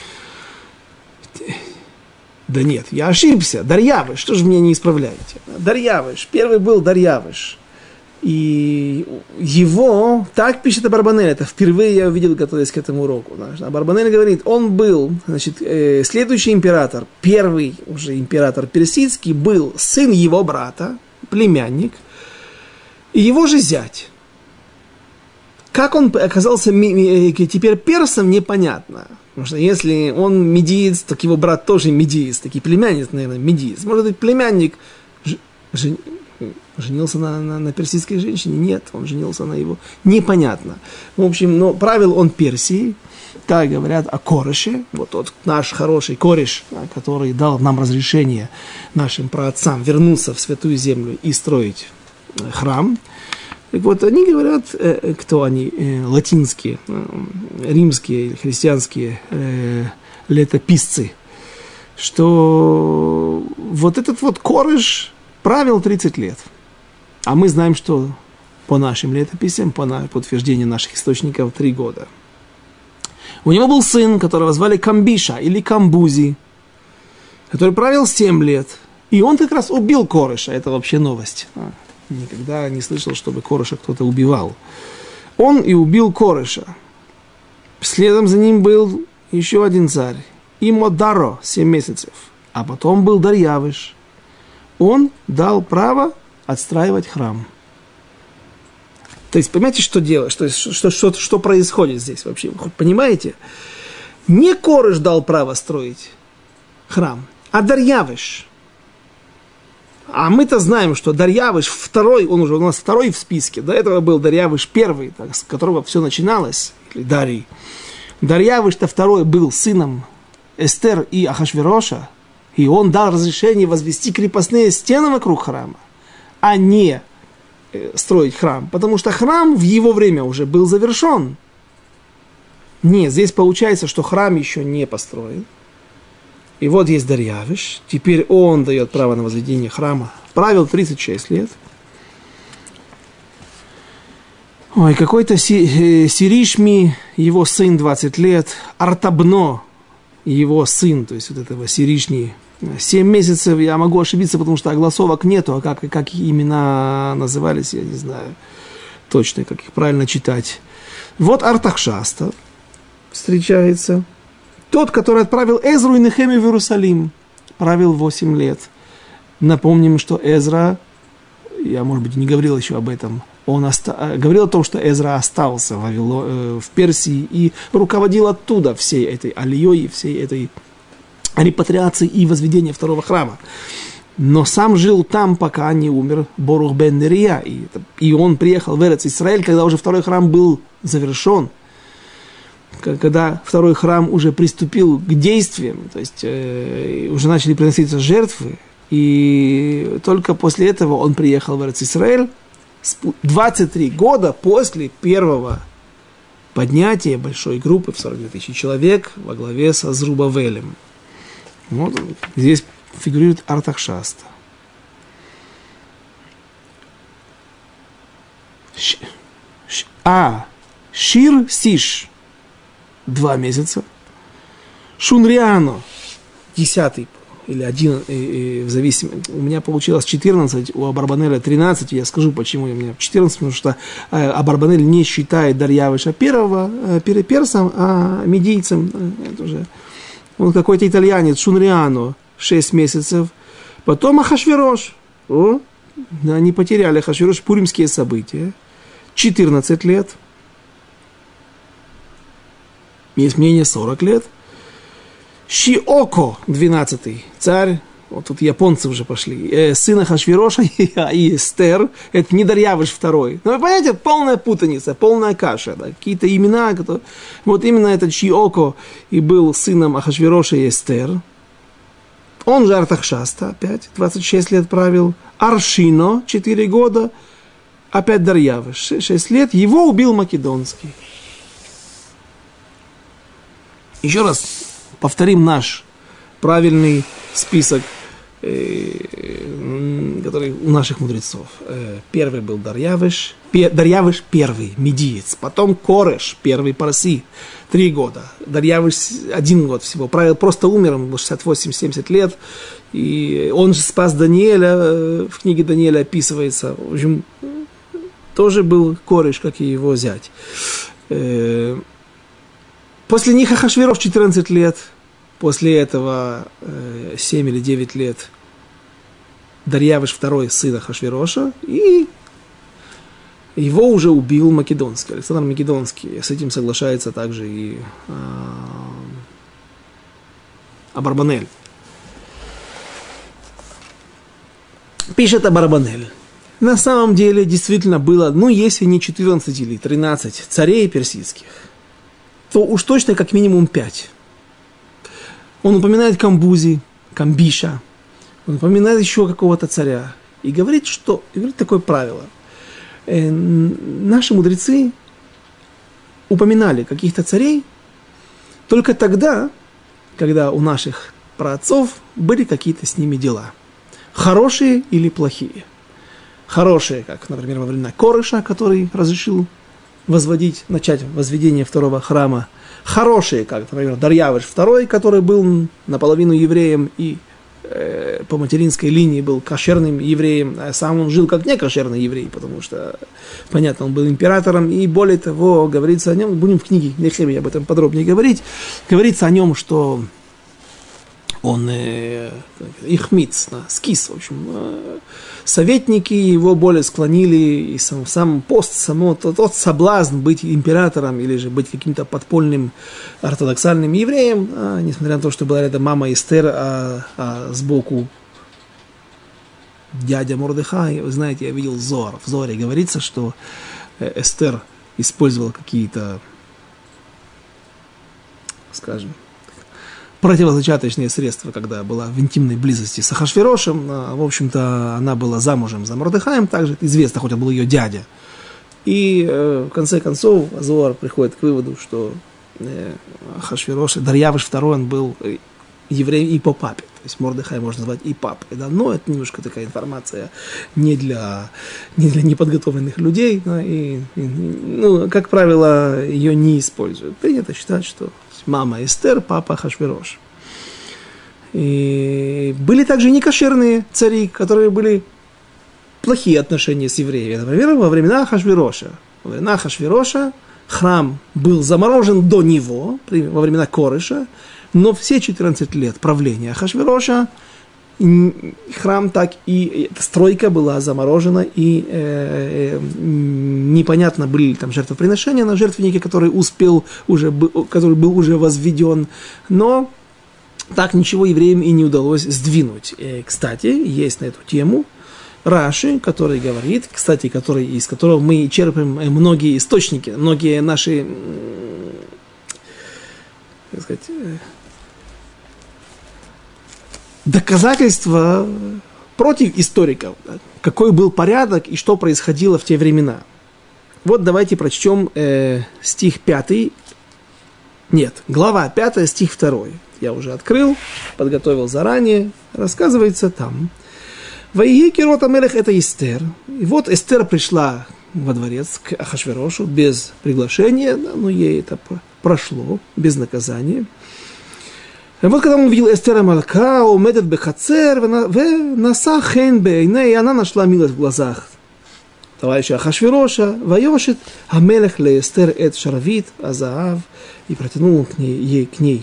Да нет, я ошибся, Дарьявыш, что же меня не исправляете? Дарьявыш, первый был Дарьявыш. И его, так пишет Абарбанель, это впервые я увидел, готовясь к этому уроку. Абарбанель говорит, он был, значит, э, следующий император, первый уже император персидский, был сын его брата, племянник, и его же зять. Как он оказался теперь персом, непонятно. Потому что если он медиец, так его брат тоже медиец, такие племянник, наверное, медиец. Может быть, племянник жен... женился на, на, на персидской женщине? Нет, он женился на его. Непонятно. В общем, но правил он Персией. Так говорят о Кореше. Вот тот наш хороший Кореш, который дал нам разрешение нашим праотцам вернуться в Святую Землю и строить храм. Так вот, они говорят, э, кто они, э, латинские, э, римские, христианские э, летописцы, что вот этот вот Кореш правил тридцать лет. А мы знаем, что по нашим летописям, по, на, по утверждению наших источников, три года. У него был сын, которого звали Камбиша или Камбузи, который правил семь лет. И он как раз убил Кореша. Это вообще новость. Никогда не слышал, чтобы Кореша кто-то убивал. Он и убил Кореша. Следом за ним был еще один царь. Имодаро, семь месяцев. А потом был Дарьявыш. Он дал право отстраивать храм. То есть, понимаете, что делать? Что, что, что, что происходит здесь вообще? Вы понимаете? Не Кореш дал право строить храм, а Дарьявыш. А мы-то знаем, что Дарьявыш второй, он уже у нас второй в списке. До этого был Дарьявыш первый, так, с которого все начиналось, или Дарий. Дарьявыш-то второй был сыном Эстер и Ахашвероша, и он дал разрешение возвести крепостные стены вокруг храма, а не э, строить храм, потому что храм в его время уже был завершен. Нет, здесь получается, что храм еще не построен. И вот есть Дарьявыш, теперь он дает право на возведение храма. Правил тридцать шесть лет. Ой, какой-то Сиришми, его сын двадцать лет, Артабно, его сын, то есть вот этого Сиришни, семь месяцев, я могу ошибиться, потому что огласовок нету, а как, как имена назывались, я не знаю точно, как их правильно читать. Вот Артахшаста, встречается. Тот, который отправил Эзру и Нехемию в Иерусалим, правил восемь лет. Напомним, что Эзра, я, может быть, не говорил еще об этом, он оста... говорил о том, что Эзра остался в, Вавило... в Персии и руководил оттуда всей этой алией, всей этой репатриации и возведения второго храма. Но сам жил там, пока не умер Борух бен Нерия. И, и он приехал в Эрец Исраэль, когда уже второй храм был завершен. Когда второй храм уже приступил к действиям, то есть э, уже начали приноситься жертвы, и только после этого он приехал в Эрец Исраэль, двадцать три года после первого поднятия большой группы в сорок две тысячи человек во главе со Зрубавелем. Вот здесь фигурирует Артахшаста. Ш, ш, а, Шир Сиш. Два месяца. Шунриано, десятый, или один, и, и, в зависимости, у меня получилось четырнадцать, у Абарбанеля тринадцать, я скажу, почему у меня четырнадцать, потому что э, Абарбанель не считает Дарьявыша первого э, персом, а медийцем, э, это уже, он какой-то итальянец, Шунриано, шесть месяцев, потом Ахашверош, о, они потеряли Ахашверош, пуримские события, четырнадцать лет, есть мнение сорок лет. Шиоко, двенадцатый царь, вот тут японцы уже пошли, э, сын Ахашвероша и Эстер, это не Дарьявыш второй. Но вы понимаете, полная путаница, полная каша, да, какие-то имена, которые... Вот именно этот Шиоко и был сыном Ахашвероша и Эстер. Он же Артахшаста, опять, двадцать шесть лет правил. Аршино, четыре года, опять Дарьявыш, шесть лет, его убил Македонский. Еще раз повторим наш правильный список, э, который у наших мудрецов. Э, первый был Дарьявыш, пе, Дарьявыш первый, медиец, потом Кореш, первый парси, три года. Дарьявыш один год всего, правил, просто умер, ему было шестьдесят восемь - семьдесят лет, и он же спас Даниэля, э, в книге Даниэля описывается, в общем, тоже был Кореш, как и его зять. Э, После них Ахашверош четырнадцать лет, после этого э, семь или девять лет Дарьявыш второй, сын Ахашвероша, и его уже убил Македонский, Александр Македонский. С этим соглашается также и э, Абарбанель. Пишет Абарбанель. На самом деле действительно было, ну если не четырнадцать или тринадцать царей персидских, то уж точно как минимум пять. Он упоминает Камбузи, Камбиша, он упоминает еще какого-то царя. И говорит, что, и говорит такое правило. Э, наши мудрецы упоминали каких-то царей только тогда, когда у наших праотцов были какие-то с ними дела. Хорошие или плохие. Хорошие, как, например, во времена Кореша, который разрешил возводить, начать возведение второго храма. Хорошие, как, например, Дарьявыш второй, который был наполовину евреем и э, по материнской линии был кошерным евреем, а сам он жил как некошерный еврей, потому что, понятно, он был императором, и более того, говорится о нем, будем в книге Нехемии об этом подробнее говорить, говорится о нем, что он э, ихмиц, да, скис, в общем, э, советники его более склонили, и сам, сам пост, само, тот, тот соблазн быть императором или же быть каким-то подпольным ортодоксальным евреем, а, несмотря на то, что была рядом мама Эстер, а, а сбоку дядя Мордехай. Вы знаете, я видел Зоар. В Зоаре говорится, что Эстер использовала какие-то, скажем, противозачаточные средства, когда была в интимной близости с Ахашверошем. В общем-то, она была замужем за Мордехаем, также известно, хоть он был ее дядя. И в конце концов Зоар приходит к выводу, что Ахашверош, Дарьявыш второй, он был еврей и по папе. То есть Мордехай можно назвать и папой. Да? Но это немножко такая информация не для, не для неподготовленных людей. Да? И, и, ну, как правило, ее не используют. Принято считать, что мама Эстер, папа Ахашверош. И были также некошерные цари, которые были плохие отношения с евреями. Например, во времена Ахашвероша. Во времена Ахашвероша храм был заморожен до него, во времена Кореша, но все четырнадцать лет правления Ахашвероша храм так и стройка была заморожена, и э, э, непонятно, были ли там жертвоприношения на жертвеннике, который успел уже, который был уже возведен, но так ничего евреям и не удалось сдвинуть. И, кстати, есть на эту тему Раши, который говорит, кстати, который, из которого мы черпаем многие источники, многие наши, как сказать, доказательства против историков, какой был порядок и что происходило в те времена. Вот давайте прочтем э, стих пятый, нет, глава пятая, стих второй. Я уже открыл, подготовил заранее, рассказывается там. «Ваиги кирот амелех» – это Эстер. И вот Эстер пришла во дворец к Ахашверошу без приглашения, но ей это прошло, без наказания. И вот когда он увидел Эстера Малка, умедет бехацер, венаса хен бейне, и она нашла милость в глазах товарища Ахашвероша, вайошит амелех ле Эстер эт шарвит азаав, и протянул к ней, ей, к ней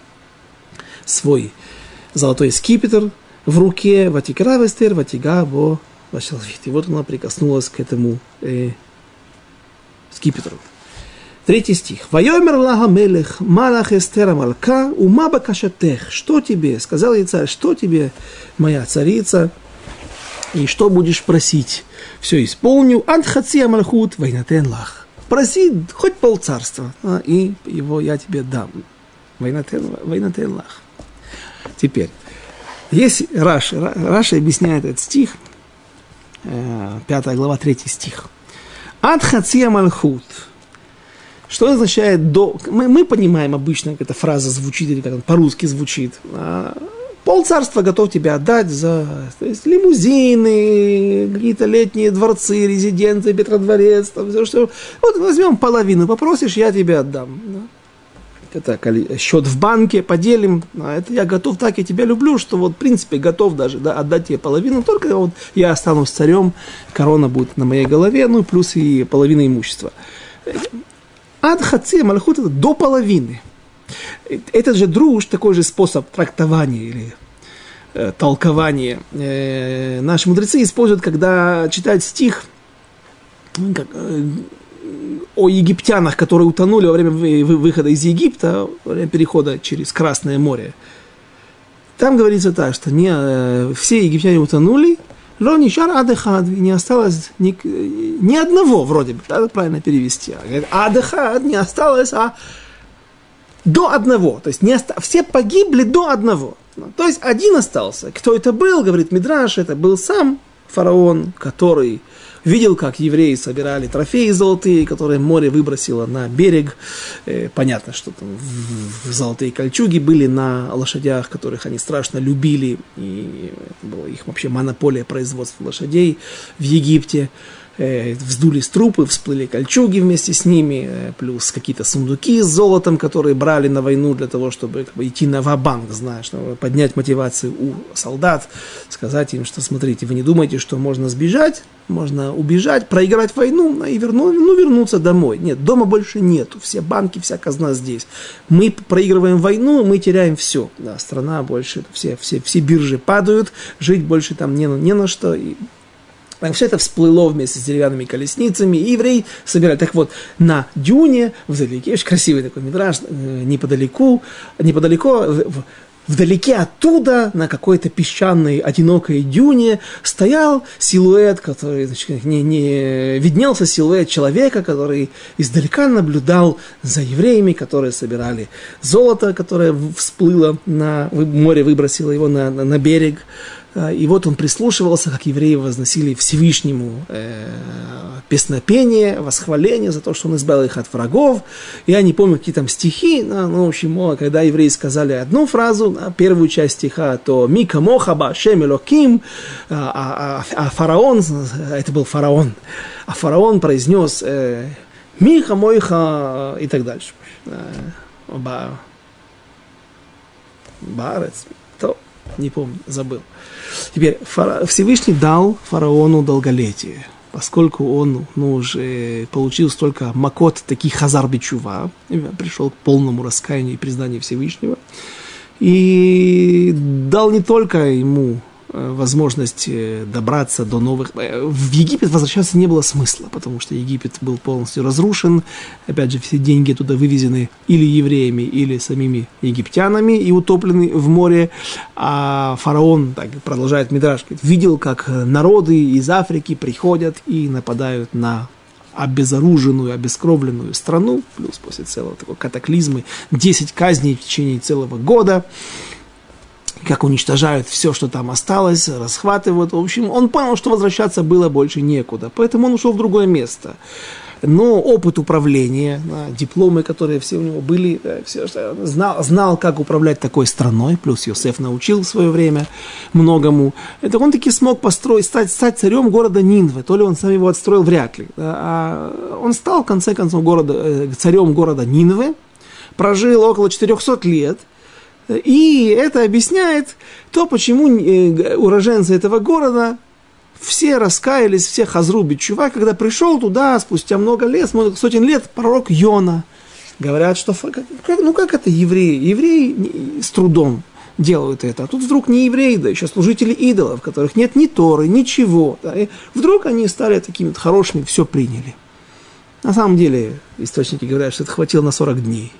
свой золотой скипетр в руке, ватикра Эстер, ватига бо вашалвит. И вот она прикоснулась к этому э, скипетру. Третий стих. «Вайомер лага мелех, малах Эстера малка, ума бакашатех». Что тебе, сказал ей царь, что тебе, моя царица, и что будешь просить? Все исполню. Ад хация малхут вайнатен лах. Проси хоть полцарства, а, и его я тебе дам. Вайнатен, вайнатен лах. Теперь, есть Раши, Раши объясняет этот стих, пятая глава, третий стих. Ад хация малхут. Что означает до... Мы, мы понимаем обычно, как эта фраза звучит, или как она по-русски звучит. А, полцарства готов тебе отдать за то есть, лимузины, какие-то летние дворцы, резиденции, Петродворец, там, все, что... Вот возьмем половину, попросишь, я тебе отдам. Это счет в банке, поделим. А это я готов, так я тебя люблю, что вот в принципе готов даже да, отдать тебе половину. Только вот я останусь царем, корона будет на моей голове, ну плюс и половина имущества. Ад хаци малхут это до половины. Этот же друж, такой же способ трактования или э, толкования э, наши мудрецы используют, когда читают стих как, э, о египтянах, которые утонули во время выхода из Египта, во время перехода через Красное море. Там говорится так, что не, э, все египтяне утонули, но нишар адехад, не осталось ни, ни одного, вроде бы, надо правильно перевести. Адехад не осталось, а до одного. То есть не оста... все погибли до одного. То есть один остался. Кто это был, говорит Мидраш, это был сам фараон, который видел, как евреи собирали трофеи золотые, которые море выбросило на берег. Э, понятно, что там в, в золотые кольчуги были на лошадях, которых они страшно любили. И это была их вообще монополия производства лошадей в Египте. Э, вздулись трупы, всплыли кольчуги вместе с ними, э, плюс какие-то сундуки с золотом, которые брали на войну для того, чтобы как бы, идти на ва-банк, знаешь, чтобы поднять мотивацию у солдат, сказать им, что смотрите, вы не думаете, что можно сбежать, можно убежать, проиграть войну и верну, ну, вернуться домой. Нет, дома больше нету, все банки, вся казна здесь. Мы проигрываем войну, мы теряем все. Да, страна больше, все, все, все биржи падают, жить больше там не, не на что. И все это всплыло вместе с деревянными колесницами, и евреи собирали. Так вот, на дюне, вдалеке, очень красивый такой мидраж, неподалеку, неподалеку, вдалеке оттуда, на какой-то песчаной, одинокой дюне, стоял силуэт, который, значит, не, не виднелся силуэт человека, который издалека наблюдал за евреями, которые собирали золото, которое всплыло на море, выбросило его на, на, на берег. И вот он прислушивался, как евреи возносили Всевышнему э, песнопение, восхваление за то, что он избавил их от врагов. Я не помню, какие там стихи, но, ну, в общем, когда евреи сказали одну фразу, первую часть стиха, то «Мика мохаба шем элоким», а, а, а фараон, это был фараон, а фараон произнес э, «Миха мойха» и так дальше. Ба, барец, то, не помню, забыл. Теперь Всевышний дал фараону долголетие. поскольку он ну, уже получил столько макот, таких хазар бичува, пришел к полному раскаянию и признанию Всевышнего, и дал не только ему возможность добраться до новых... В Египет возвращаться не было смысла, потому что Египет был полностью разрушен. Опять же, все деньги туда вывезены или евреями, или самими египтянами и утоплены в море. А фараон, так продолжает Мидраш, видел, как народы из Африки приходят и нападают на обезоруженную, обескровленную страну, плюс после целого такого катаклизма, десять казней в течение целого года, как уничтожают все, что там осталось, расхватывают. В общем, он понял, что возвращаться было больше некуда, поэтому он ушел в другое место. Но опыт управления, дипломы, которые все у него были, все, знал, знал, как управлять такой страной, плюс Йосеф научил в свое время многому. Это он таки смог построить, стать, стать царем города Нинве. То ли он сам его отстроил, вряд ли. А он стал, в конце концов, города, царем города Нинве, прожил около четырехсот лет. И это объясняет то, почему уроженцы этого города все раскаялись, все хазру бичува, когда пришел туда спустя много лет, много сотен лет, пророк Йона. Говорят, что ну как это евреи? Евреи с трудом делают это. А тут вдруг не евреи, да еще служители идолов, в которых нет ни Торы, ничего. Да, и вдруг они стали такими хорошими, все приняли. На самом деле, источники говорят, что это хватило на сорок дней.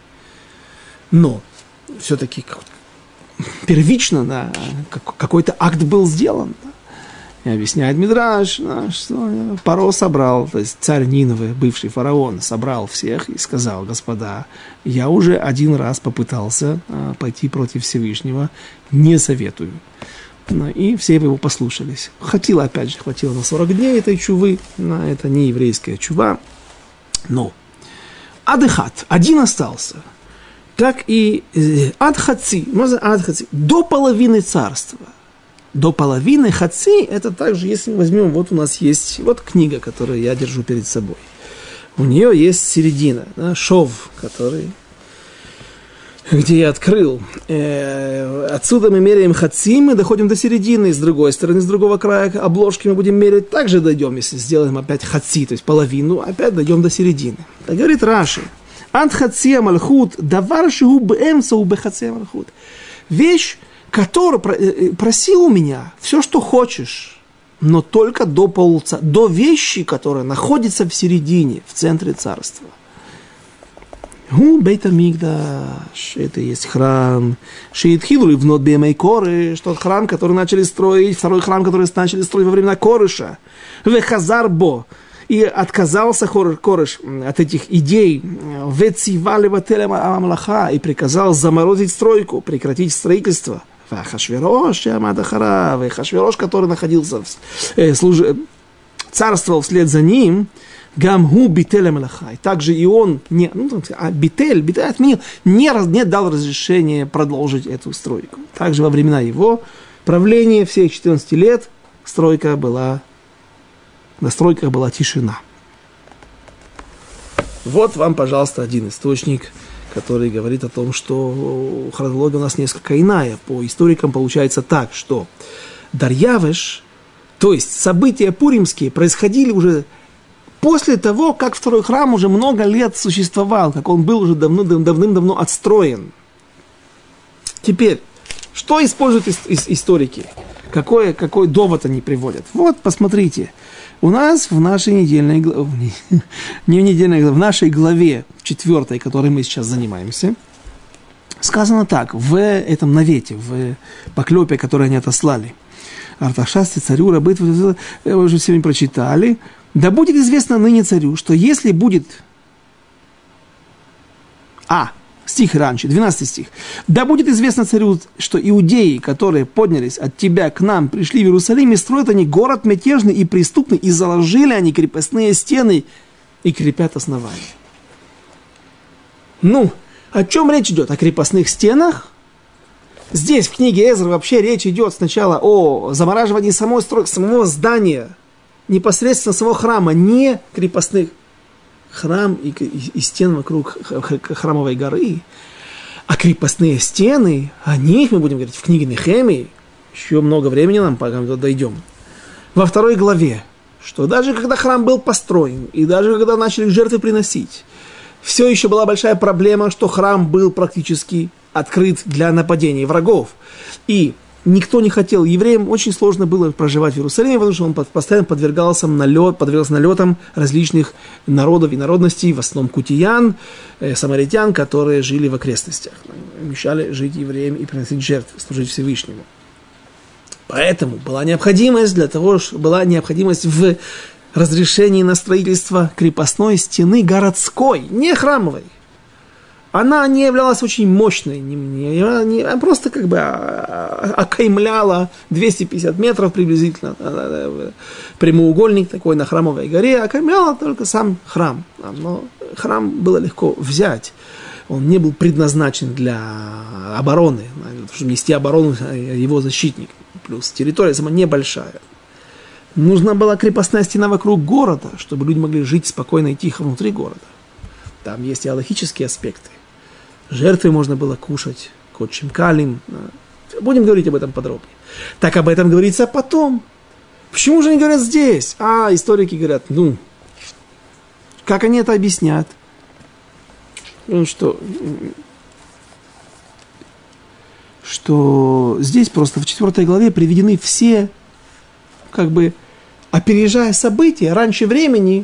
Но все-таки первично, да, какой-то акт был сделан. Да. И объясняет Мидраш, да, что Паро собрал, то есть царь Нинвы, бывший фараон, собрал всех и сказал: господа, я уже один раз попытался а, пойти против Всевышнего, не советую. Ну, и все его послушались. Хватило, опять же, хватило на сорок дней этой чувы, но это не еврейская чува. Но адыхат, один остался. Так и адхаци, адхаци, до половины царства. До половины хаци, это также, если мы возьмем, вот у нас есть вот книга, которую я держу перед собой. У нее есть середина, да, шов, который, где я открыл. Э, отсюда мы меряем хаци, мы доходим до середины, с другой стороны, с другого края обложки мы будем мерять, также дойдем, если сделаем опять хаци, то есть половину, опять дойдем до середины. Так говорит Раши. Ант хация мальхут, давар шигу бэмса у бэхация мальхут. Вещь, которую проси у меня все, что хочешь, но только до полца, до вещи, которая находится в середине, в центре царства. Гу бейт амикдаш, это есть храм. Шиитхилу ливнот бемей корыш, тот храм, который начали строить, второй храм, который начали строить во времена Корыша. Вехазарбо. И отказался Корыш от этих идей, и приказал заморозить стройку, прекратить строительство. Ахашверош, Ахашверош, который находился, э, служ... царствовал вслед за ним, гамгу бителем лахай. Также и он не, ну, а битель, битель отменил, не, раз, не дал разрешения продолжить эту стройку. Также во времена его правления, всех четырнадцати лет, стройка была на стройках была тишина. Вот вам, пожалуйста, один источник, который говорит о том, что хронология у нас несколько иная. По историкам получается так, что Дарьявеш, то есть события пуримские, происходили уже после того, как второй храм уже много лет существовал, как он был уже давно, давным-давно отстроен. Теперь, что используют историки? Какой, какой довод они приводят? Вот, посмотрите. У нас в нашей недельной главе, не в недельной главе, в нашей главе четвертой, которой мы сейчас занимаемся, сказано так, в этом навете, в поклепе, который они отослали. Арташасти, царю, рабы, вы уже сегодня прочитали. Да будет известно ныне царю, что если будет... А, стих раньше, двенадцатый стих. Да будет известно царю, что иудеи, которые поднялись от тебя к нам, пришли в Иерусалим, и строят они город мятежный и преступный, и заложили они крепостные стены и крепят основания. Ну, о чем речь идет? О крепостных стенах? Здесь, в книге Эзры, вообще речь идет сначала о замораживании самой стройки, самого здания, непосредственно самого храма, не крепостных. Храм и, и, и стен вокруг храмовой горы, а крепостные стены, о них мы будем говорить в книге Нехемии, еще много времени нам, пока мы туда дойдем. Во второй главе что даже когда храм был построен, и даже когда начали жертвы приносить, все еще была большая проблема, что храм был практически открыт для нападений врагов. И никто не хотел, евреям очень сложно было проживать в Иерусалиме, потому что он постоянно подвергался, налет, подвергался налетам различных народов и народностей, в основном кутиян, э, самаритян, которые жили в окрестностях. Мешали жить евреям и приносить жертвы, служить Всевышнему. Поэтому была необходимость для того, была необходимость в разрешении на строительство крепостной стены городской, не храмовой. Она не являлась очень мощной, не, не, не, она просто как бы окаймляла двести пятьдесят метров приблизительно, прямоугольник такой на Храмовой горе, окаймляла только сам храм. Но храм было легко взять, он не был предназначен для обороны, чтобы нести оборону его защитникам. Плюс территория сама небольшая. Нужна была крепостная стена вокруг города, чтобы люди могли жить спокойно и тихо внутри города. Там есть и алахические аспекты. Жертвы можно было кушать, котчим калим. Будем говорить об этом подробнее. Так об этом говорится потом. Почему же они говорят здесь? А, историки говорят, ну, как они это объяснят? Ну, что, что здесь просто в четвертой главе приведены все, как бы, опережая события, раньше времени,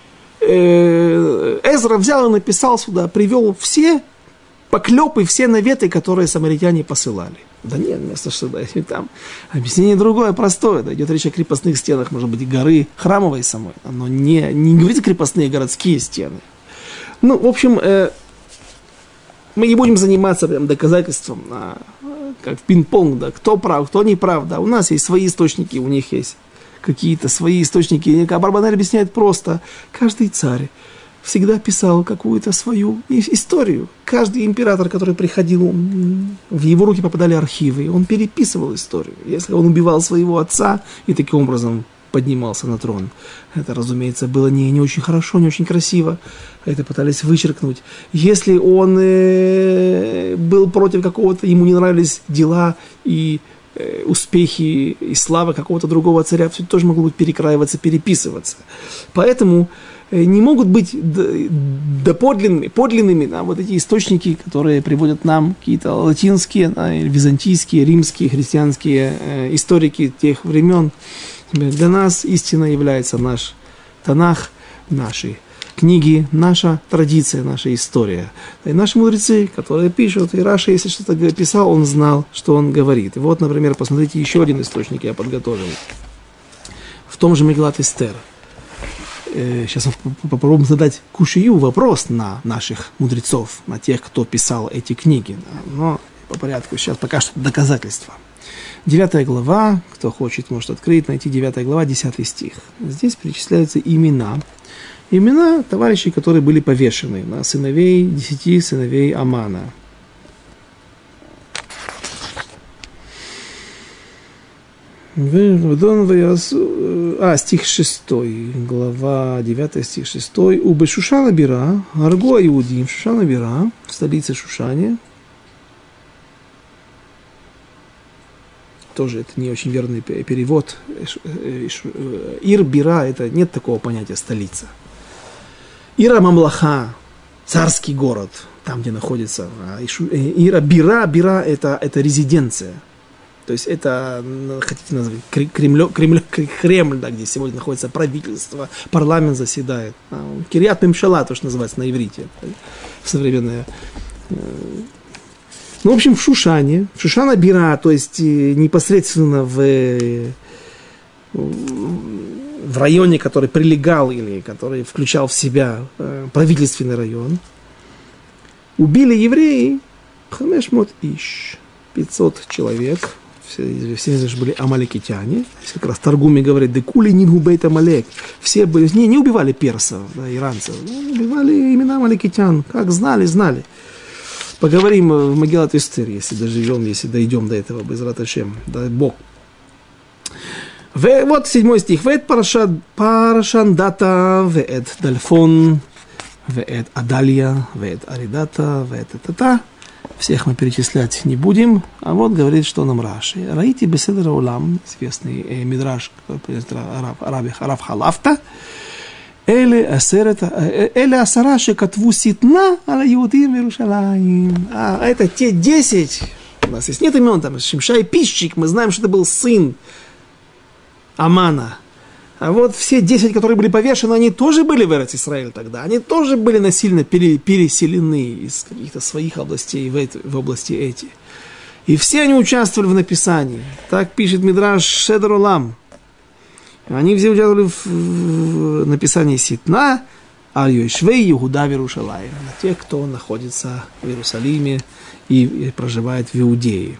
Эзра взял и написал сюда, привел все поклепы, все наветы, которые самаритяне посылали. Да нет, вместо что да, там объяснение другое, простое. Да, идет речь о крепостных стенах, может быть, горы храмовой самой, но не, не говорите крепостные городские стены. Ну, в общем, э, мы не будем заниматься прям доказательством, а, как в пинг-понг, да, кто прав, кто не прав. Да. У нас есть свои источники, у них есть какие-то свои источники. Абар-бан-ай объясняет просто, каждый царь всегда писал какую-то свою историю. Каждый император, который приходил, в его руки попадали архивы, он переписывал историю. Если он убивал своего отца и таким образом поднимался на трон, это, разумеется, было не, не очень хорошо, не очень красиво. Это пытались вычеркнуть. Если он э, был против какого-то, ему не нравились дела и э, успехи и слава какого-то другого царя, все это тоже могло быть перекраиваться, переписываться. Поэтому не могут быть доподлинными, подлинными да, вот эти источники, которые приводят нам какие-то латинские, да, византийские, римские, христианские э, историки тех времен. Для нас истина является наш Танах, наши книги, наша традиция, наша история. И наши мудрецы, которые пишут, и Раша, если что-то писал, он знал, что он говорит. И вот, например, посмотрите, еще один источник я подготовил. В том же Мегилат Эстер. Сейчас мы попробуем задать кушию, вопрос на наших мудрецов, на тех, кто писал эти книги. Но по порядку, сейчас пока что доказательства. Девятая глава, кто хочет, может открыть, найти девятая глава, десятый стих. Здесь перечисляются имена. Имена товарищей, которые были повешены, на сыновей, десяти сыновей Амана. А, стих шестой, глава девятая, стих шестой. Убы Шушана Бира, Арго Иудим, Шушана Бира, в столице Шушане. Тоже это не очень верный перевод. Ир Бира, это нет такого понятия столица. Ира Мамлаха, царский город, там, где находится. Ира Бира, Бира это, это резиденция. То есть это, хотите назвать, Кремль, Кремль, Кремль, да, где сегодня находится правительство, парламент заседает. Кирьят Мемшала, то, что называется на иврите. Современное. Ну, в общем, в Шушане, в Шушана Бира, то есть непосредственно в, в районе, который прилегал или который включал в себя правительственный район, убили евреи Хамешмот Иш, пятьсот человек. Все, все же были амалекитяне. Здесь как раз Таргуми говорит, декули нингу бейт Амалек. Все были, не, не убивали персов, да, иранцев, убивали именно амалекитян. Как знали, знали. Поговорим в Мегилат Эстер, если доживем, если дойдем до этого, Безрат Ашем, дай Бог. В, вот седьмой стих. Вэд парашан дата, вэд дальфон, вэд адалия, вэд аридата, вэд тата. Всех мы перечислять не будем. А вот говорит, что нам Раши. Раити беседра улам, известный э, мидраш, Раби Рав Халафта. Эле асара шекатву ситна аля иудим Иерушалаим. А это те десять. У нас есть нет имен, там Шимшай Пищик, мы знаем, что это был сын Амана. А вот все десять, которые были повешены, они тоже были в Эрец-Исраэль тогда. Они тоже были насильно пере, переселены из каких-то своих областей в, эти, в области эти. И все они участвовали в написании. Так пишет Мидраш Шедер Олам. Они все участвовали в, в написании Ситна, Аль-Йошвей, Иуда, Иерушалаим. Тех, кто находится в Иерусалиме и, и проживает в Иудее.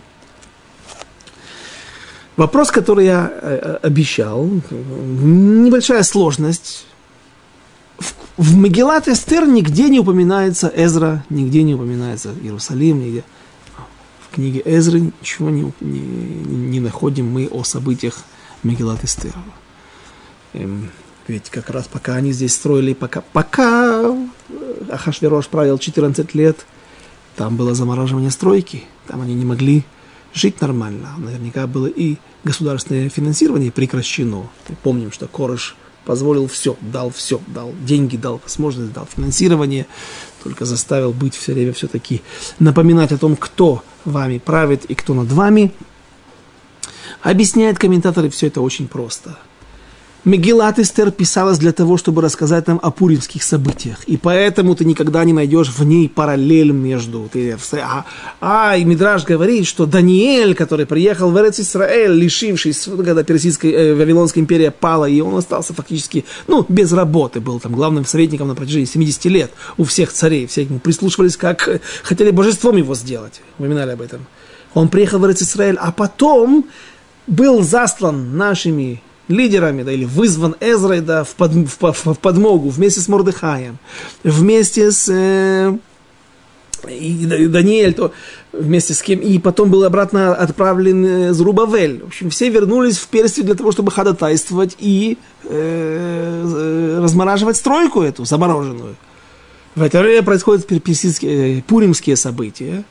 Вопрос, который я э, обещал, небольшая сложность. В, в Мегилат Эстер нигде не упоминается Эзра, нигде не упоминается Иерусалим, нигде. В книге Эзры ничего не, не, не находим мы о событиях Мегилат Эстер. Эм, ведь как раз пока они здесь строили, пока, пока Ахашверош правил четырнадцать лет, там было замораживание стройки, там они не могли жить нормально. Наверняка было и государственное финансирование прекращено. Помним, что Кореш позволил все, дал все, дал деньги, дал возможность, дал финансирование, только заставил быть все время все-таки напоминать о том, кто вами правит и кто над вами. Объясняют комментаторы все это очень просто. Мегилат Эстер писалась для того, чтобы рассказать нам о пуримских событиях. И поэтому ты никогда не найдешь в ней параллель между... Ты, а, а, и Мидраш говорит, что Даниэль, который приехал в Эрец-Исраэль, лишившись, когда Персидская, э, Вавилонская империя пала, и он остался фактически, ну, без работы, был там главным советником на протяжении семидесяти лет у всех царей. Все к нему прислушивались, как хотели божеством его сделать. Упоминали об этом. Он приехал в Эрец-Исраэль, а потом был заслан нашими лидерами, да, или вызван Эзрой, да, в, под, в, в подмогу вместе с Мордехаем, вместе с э, и, и Даниэль, то, вместе с кем, и потом был обратно отправлен Зрубавель. В общем, все вернулись в Персию для того, чтобы ходатайствовать и э, э, размораживать стройку эту, замороженную. В это время происходят персидские, э, пуримские события,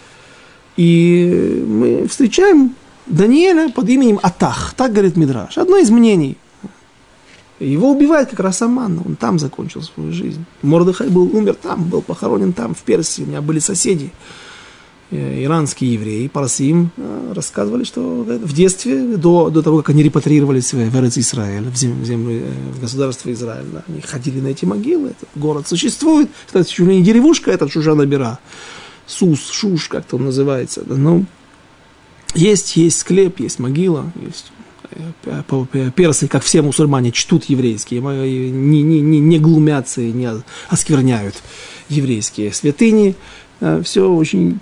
и мы встречаем Даниэля под именем Атах, так говорит Мидраш. Одно из мнений. Его убивает как раз Аман, он там закончил свою жизнь. Мордехай был, умер там, был похоронен там, в Персии. У меня были соседи, иранские евреи, парсим, рассказывали, что в детстве, до, до того, как они репатриировались в Эрец-Исраэль, в землю, в государство Израиль, да, они ходили на эти могилы, этот город существует. Это чуть ли не деревушка, это Шушан-Абера. Сус, Шуш, как-то он называется. Да, ну, Есть, есть склеп, есть могила, есть персы, как все мусульмане, чтут еврейские, не, не, не, не глумятся и не оскверняют еврейские святыни. Все очень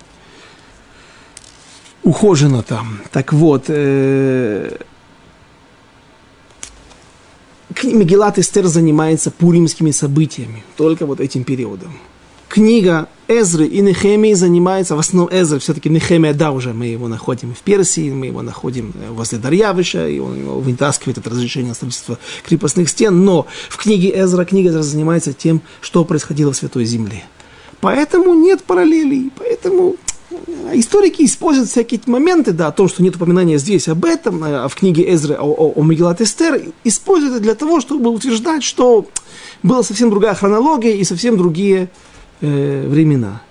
ухожено там. Так вот, э, Мегилат Эстер занимается пуримскими событиями, только вот этим периодом. Книга Эзры и Нехемии занимается, в основном Эзры, все-таки Нехемия, да, уже мы его находим в Персии, мы его находим возле Дарьявыша, и он его вытаскивает от разрешения строительства крепостных стен, но в книге Эзра, книга Эзра занимается тем, что происходило в Святой Земле. Поэтому нет параллелей, поэтому историки используют всякие моменты, да, о том, что нет упоминания здесь об этом, а в книге Эзры о, о, о Мегилат Эстер, используют это для того, чтобы утверждать, что была совсем другая хронология и совсем другие Э, времена,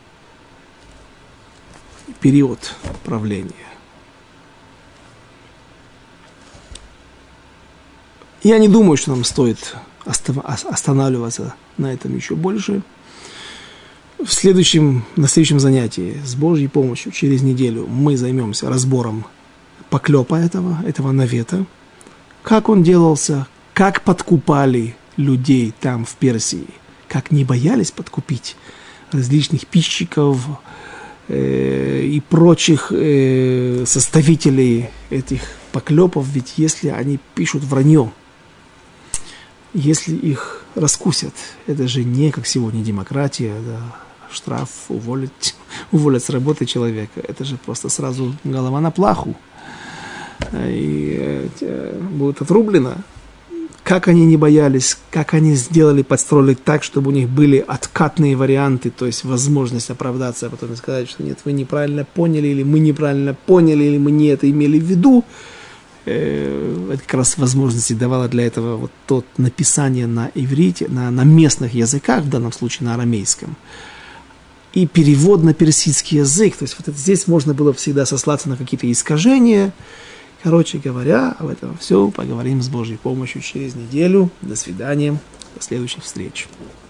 период правления. Я не думаю, что нам стоит останавливаться на этом еще больше. В следующем, на следующем занятии с Божьей помощью через неделю мы займемся разбором поклепа этого, этого навета, как он делался, как подкупали людей там в Персии, как не боялись подкупить различных пищиков э, и прочих э, составителей этих поклепов, ведь если они пишут вранье, если их раскусят, это же не как сегодня демократия, да, штраф, уволить, уволить с работы человека, это же просто сразу голова на плаху, и э, будет отрублена. как они не боялись, как они сделали, подстроили так, чтобы у них были откатные варианты, то есть возможность оправдаться, а потом сказать, что нет, вы неправильно поняли, или мы неправильно поняли, или мы не это имели в виду. Это как раз возможности давало для этого вот то написание на иврите, на, на местных языках, в данном случае на арамейском, и перевод на персидский язык. То есть вот это, здесь можно было всегда сослаться на какие-то искажения. Короче говоря, об этом все поговорим с Божьей помощью через неделю. До свидания, до следующих встреч.